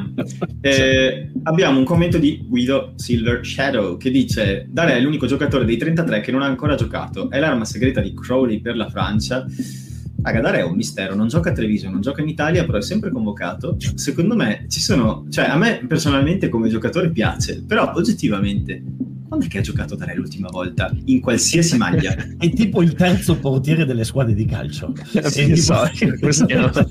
Eh, abbiamo un commento di Guido Silver Shadow che dice: Dare è l'unico giocatore dei trentatré che non ha ancora giocato, è l'arma segreta di Crowley per la Francia. Raga, Dare è un mistero, non gioca a Treviso, non gioca in Italia, però è sempre convocato. Secondo me ci sono, cioè a me personalmente come giocatore piace, però oggettivamente quando è che ha giocato Dare l'ultima volta in qualsiasi maglia? È tipo il terzo portiere delle squadre di calcio. Sì, so, questo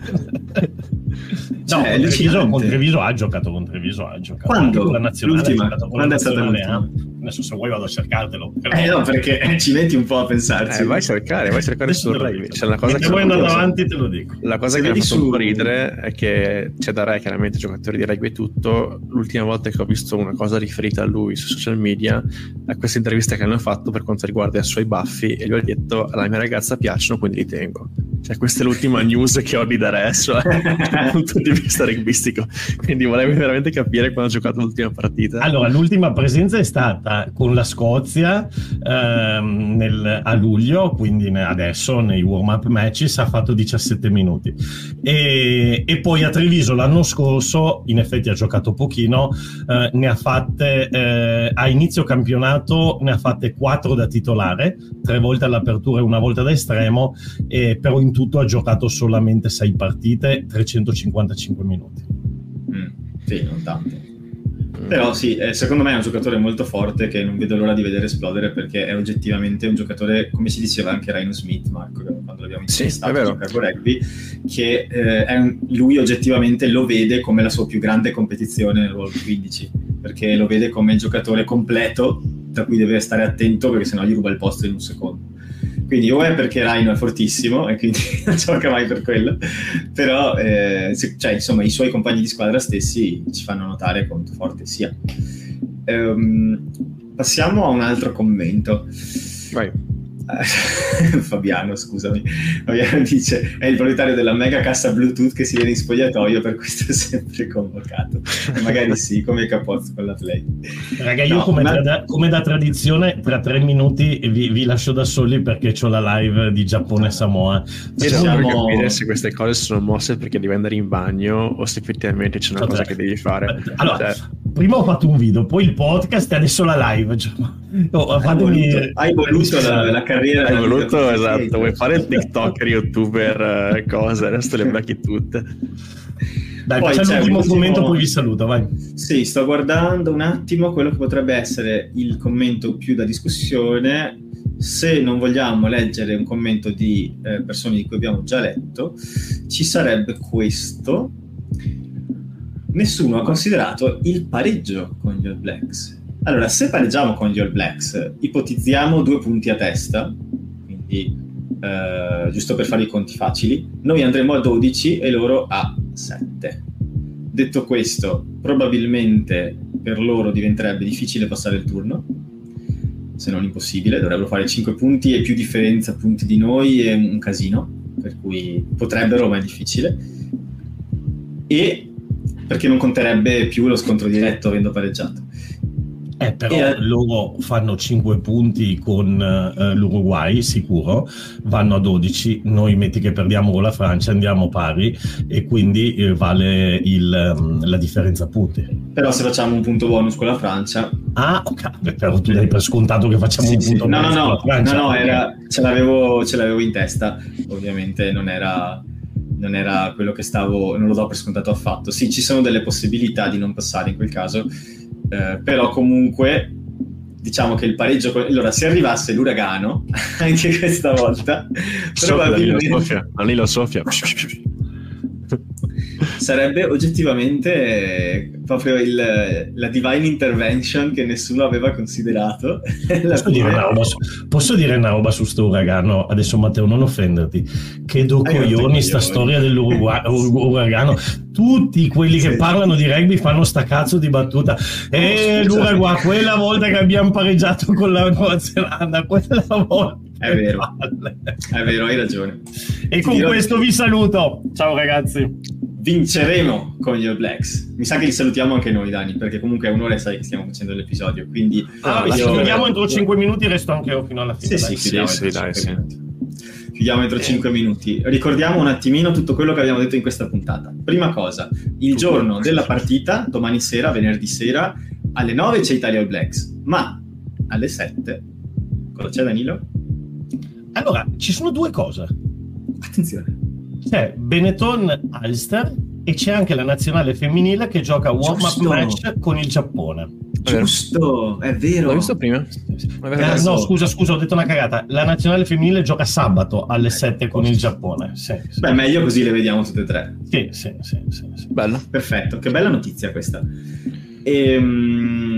No, cioè, con, Treviso, con Treviso ha giocato, con Treviso ha giocato. Quando? La nazionale, l'ultima? ha giocato con Quando la è stata nazionale, l'ultima? eh? Adesso se vuoi vado a cercartelo. Eh no, perché ci metti un po' a pensarci. Eh, vai a cercare, vai a cercare sul rugby. C'è una cosa che che poi andando cosa. avanti te lo dico. La cosa Se che mi ha fatto su... un po' ridere è che c'è da Re, chiaramente giocatore di rugby e tutto. L'ultima volta che ho visto una cosa riferita a lui su social media è questa intervista che hanno fatto per quanto riguarda i suoi baffi, e gli ho detto alla mia ragazza piacciono, quindi li tengo. Cioè questa è l'ultima news che ho di Dare adesso dal punto di vista rugbyistico, quindi volevo veramente capire quando ha giocato l'ultima partita. Allora, l'ultima presenza è stata con la Scozia ehm, nel, a luglio, quindi adesso nei warm-up matches ha fatto diciassette minuti, e, e poi a Treviso l'anno scorso in effetti ha giocato pochino, eh, ne ha fatte eh, a inizio campionato ne ha fatte quattro da titolare, tre volte all'apertura e una volta da estremo, e però in tutto ha giocato solamente sei partite, trecentocinquantacinque minuti. Mm, sì, non tanto. Mm. Però sì, eh, secondo me è un giocatore molto forte che non vedo l'ora di vedere esplodere, perché è oggettivamente un giocatore, come si diceva anche Rhino Smith, Marco, quando l'abbiamo abbiamo Sì, intervistato è vero. a Chicago Rugby, che eh, è un- lui oggettivamente lo vede come la sua più grande competizione nel World quindici, perché lo vede come il giocatore completo da cui deve stare attento, perché sennò gli ruba il posto in un secondo. Quindi o è perché Raino è fortissimo e quindi non gioca mai per quello, però eh, se- cioè, insomma i suoi compagni di squadra stessi ci fanno notare quanto forte sia. Ehm, passiamo a un altro commento. Vai. Fabiano, scusami, Fabiano dice: è il proprietario della mega cassa Bluetooth che si vede in spogliatoio, per questo è sempre convocato. E magari sì, come Capozzo con la Play. Raga, io No, come, ma- tra- come da tradizione tra tre minuti vi, vi lascio da soli perché c'ho la live di Giappone e Samoa. Io non Siamo- voglio capire se queste cose sono mosse perché devi andare in bagno o se effettivamente c'è una Cioè, cosa che devi fare. Allora, Cioè, prima ho fatto un video, poi il podcast e adesso la live. Cioè, oh, Hai fatemi- voluto, hai voluto la, la carriera hai da voluto, video esatto, creator. vuoi fare il TikToker, youtuber, eh, cose, adesso le blacchi tutte. Dai, Poi facciamo c'è l'ultimo l'ultimo- commento, poi vi saluto, vai. Sì, sto guardando un attimo quello che potrebbe essere il commento più da discussione. Se non vogliamo leggere un commento di eh, persone di cui abbiamo già letto, ci sarebbe questo. Nessuno ha considerato il pareggio con gli All Blacks. Allora, se pareggiamo con gli All Blacks, ipotizziamo due punti a testa, quindi eh, giusto per fare i conti facili, noi andremo a dodici e loro a sette. Detto questo, probabilmente per loro diventerebbe difficile passare il turno, se non impossibile, dovrebbero fare cinque punti e più differenza punti di noi è un casino, per cui potrebbero, ma è difficile. E perché non conterebbe più lo scontro diretto avendo pareggiato. Eh, però E- loro fanno cinque punti con eh, l'Uruguay, sicuro, vanno a dodici, noi metti che perdiamo con la Francia, andiamo pari e quindi eh, vale il, ehm, la differenza punti. Però se facciamo un punto bonus con la Francia... Ah, ok, beh, però tu dai per scontato che facciamo Sì, un sì. punto No, no, bonus con no, la Francia. no, no, Ok. era, ce, l'avevo, ce l'avevo in testa, ovviamente non era, non era quello che stavo, non lo do per scontato affatto. Sì, ci sono delle possibilità di non passare in quel caso, eh, però comunque diciamo che il pareggio, con- allora se arrivasse l'uragano, anche questa volta, Soffia, Danilo probabilmente soffia, Danilo soffia. sarebbe oggettivamente eh, proprio il, la divine intervention che nessuno aveva considerato. Alla Posso dire, fine- una roba su, posso dire una roba su sto uragano? Adesso Matteo, non offenderti. Che do Hai rotto i coglioni sta coglioni. storia dell'uragano. Tutti quelli che Sì. parlano di rugby fanno sta cazzo di battuta. E scusa. l'Uruguay, quella volta che abbiamo pareggiato con la Nuova Zelanda, quella volta. È vero. È vero, hai ragione. E con Ti dirò- questo vi saluto. Ciao ragazzi. Vinceremo con gli All Blacks. Mi sa che li salutiamo anche noi, Dani, perché comunque è un'ora e sai che stiamo facendo l'episodio, quindi Ah, Ah, ci io- chiudiamo entro cinque minuti, resto anche io fino alla fine. Sì, dai. sì, chiudiamo sì, entro dai, cinque sì. minuti. Chiudiamo entro cinque minuti. Ricordiamo un attimino tutto quello che abbiamo detto in questa puntata. Prima cosa, il Tutto. giorno della partita, domani sera, venerdì sera, alle nove c'è Italia All Blacks, ma alle sette, cosa c'è, Danilo? Allora, ci sono due cose. Attenzione. C'è Benetton Ulster e c'è anche la nazionale femminile che gioca warm-up Giusto. match con il Giappone. Giusto, è vero. L'ho visto prima? È vero. Eh, no, scusa, scusa, ho detto una cagata. La nazionale femminile gioca sabato alle sette con il Giappone. Sì, sì. Beh, meglio così le vediamo tutte e tre. Sì, sì, sì, sì, sì. Bello. Perfetto, che bella notizia questa. Ehm,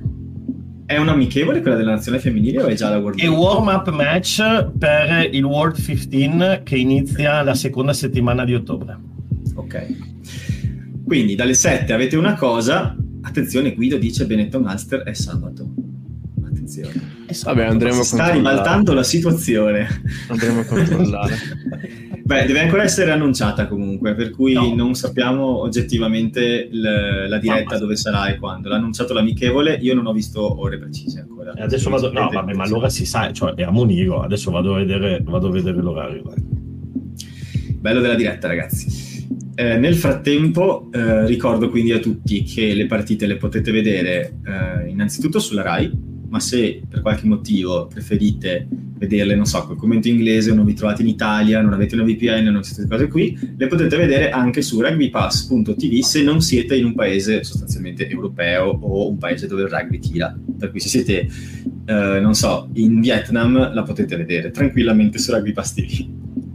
è un amichevole quella della nazionale femminile o è già la World E Cup? warm-up match per il World quindici che inizia la seconda settimana di ottobre. Ok. Quindi dalle sette avete una cosa. Attenzione, Guido dice Benetton Ulster è sabato. Attenzione. Vabbè, andremo a Si sta controllare. ribaltando la situazione. Andremo a controllare. Beh, deve ancora essere annunciata comunque, per cui No. non sappiamo oggettivamente l- la diretta No, dove sarà e quando. L'ha annunciato l'amichevole, io non ho visto ore precise ancora. E adesso vado. No, vabbè, ma allora si sa, cioè è a Monigo. Adesso vado a vedere, vado a vedere l'orario. dai. Bello della diretta, ragazzi. Eh, nel frattempo eh, ricordo quindi a tutti che le partite le potete vedere eh, innanzitutto sulla Rai, ma se per qualche motivo preferite vederle, non so, col commento inglese o non vi trovate in Italia, non avete una V P N, non siete cose qui, le potete vedere anche su rugbypass punto t v se non siete in un paese sostanzialmente europeo o un paese dove il rugby tira. Per cui se siete, eh, non so, in Vietnam la potete vedere tranquillamente su Rugby Pass T V.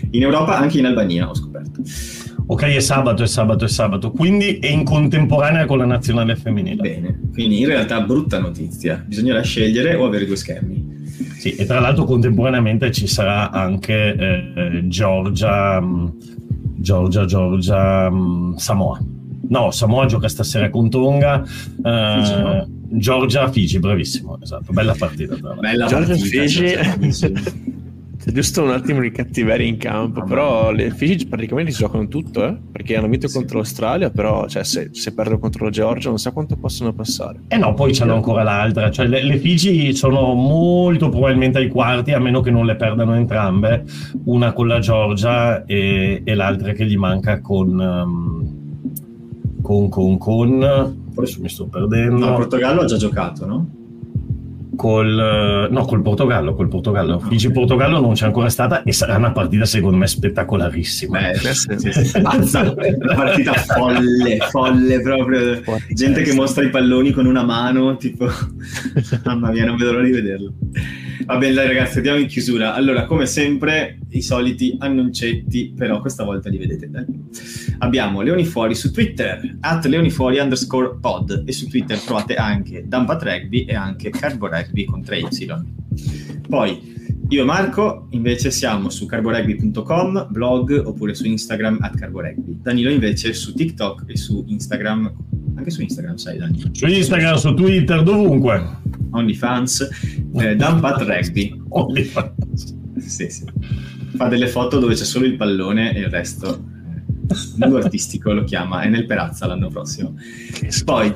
In Europa, anche in Albania, ho scoperto. Ok, è sabato, è sabato, è sabato, quindi è in contemporanea con la nazionale femminile. Bene, quindi in realtà brutta notizia, bisognerà scegliere o avere due schermi. Sì, e tra l'altro contemporaneamente ci sarà anche eh, Georgia, Georgia, Georgia, Samoa. No, Samoa gioca stasera con Tonga. Figi, Eh, no? Georgia, Figi, bravissimo, esatto, bella partita. Tra l'altro. Bella Georgia, partita. Figi. Georgia, C'è giusto un attimo di cattiveria in campo, Ah, però le Figi praticamente si giocano tutto, eh? Perché hanno vinto Sì. contro l'Australia, però cioè, se, se perdono contro la Georgia non sa quanto possono passare. E no, poi c'hanno ancora l'altra, cioè le, le Figi sono molto probabilmente ai quarti, a meno che non le perdano entrambe, una con la Georgia e, e l'altra che gli manca con um, con con con adesso mi sto perdendo. No, Portogallo ha già giocato, no? Col, no, col Portogallo, col Portogallo. Figi-Portogallo non c'è ancora stata e sarà una partita secondo me spettacolarissima. Beh, sì, sì, sì. Pazza, una partita folle, folle proprio. Fuori Gente che testa. mostra i palloni con una mano, tipo, mamma mia, non vedo l'ora di vederlo. Va bene, dai ragazzi, andiamo in chiusura. Allora, come sempre, i soliti annuncetti, però questa volta li vedete dal vivo. Abbiamo Leoni Fuori su Twitter, at leonifuori underscore pod, e su Twitter trovate anche Dampat Rugby e anche Carbo Rugby con tre Y. Poi io e Marco invece siamo su carborugby punto com, blog, oppure su Instagram at carborugby. Danilo invece su TikTok e su Instagram, anche su Instagram, sai Danilo? Su Instagram, su Twitter, dovunque. OnlyFans, eh, Dampat Rugby. OnlyFans. Sì, sì. Fa delle foto dove c'è solo il pallone e il resto eh, nudo artistico lo chiama, è nel Perazza l'anno prossimo. Poi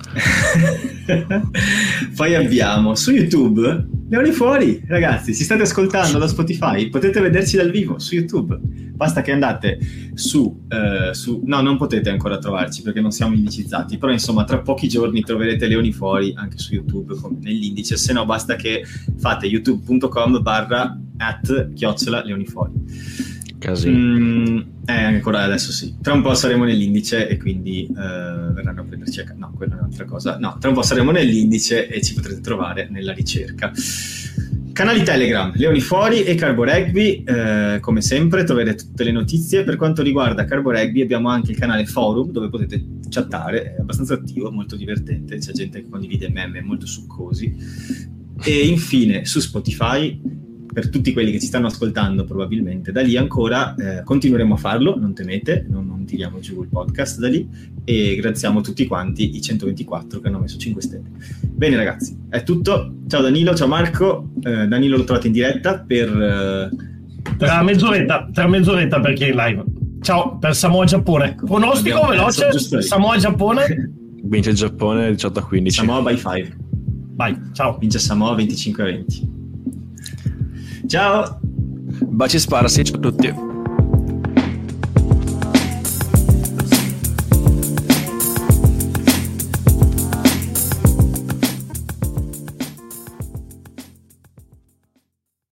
poi abbiamo su YouTube Leoni Fuori, ragazzi, ci state ascoltando da Spotify, potete vederci dal vivo su YouTube, basta che andate su, eh, su no, non potete ancora trovarci perché non siamo indicizzati, però insomma tra pochi giorni troverete Leoni Fuori anche su YouTube come nell'indice, se no basta che fate youtube punto com barra at chiocciola Leoni Fuori. Casino. Mm, eh, ancora adesso sì. Tra un po' saremo nell'indice e quindi eh, verranno a prenderci a ca- no, quella è un'altra cosa. No, tra un po' saremo nell'indice e ci potrete trovare nella ricerca. Canali Telegram, Leoni Fuori e Carbo Rugby, eh, come sempre troverete tutte le notizie. Per quanto riguarda Carbo Rugby abbiamo anche il canale forum dove potete chattare, è abbastanza attivo, molto divertente, c'è gente che condivide meme molto succosi. E infine su Spotify, per tutti quelli che ci stanno ascoltando probabilmente da lì ancora, eh, continueremo a farlo, non temete, non, non tiriamo giù il podcast da lì, e ringraziamo tutti quanti i centoventiquattro che hanno messo cinque stelle. Bene ragazzi, è tutto, ciao Danilo, ciao Marco, eh, Danilo lo trovate in diretta per... Eh... Tra mezz'oretta, tra mezz'oretta per chi è in live. Ciao, per Samoa-Giappone. Pronostico Abbiamo veloce, perso, Samoa-Giappone. Vince il Giappone diciotto a quindici. Samoa by five. Vai, ciao. Vince Samoa venticinque a venti. Ciao! Baci sparsi, ciao a tutti.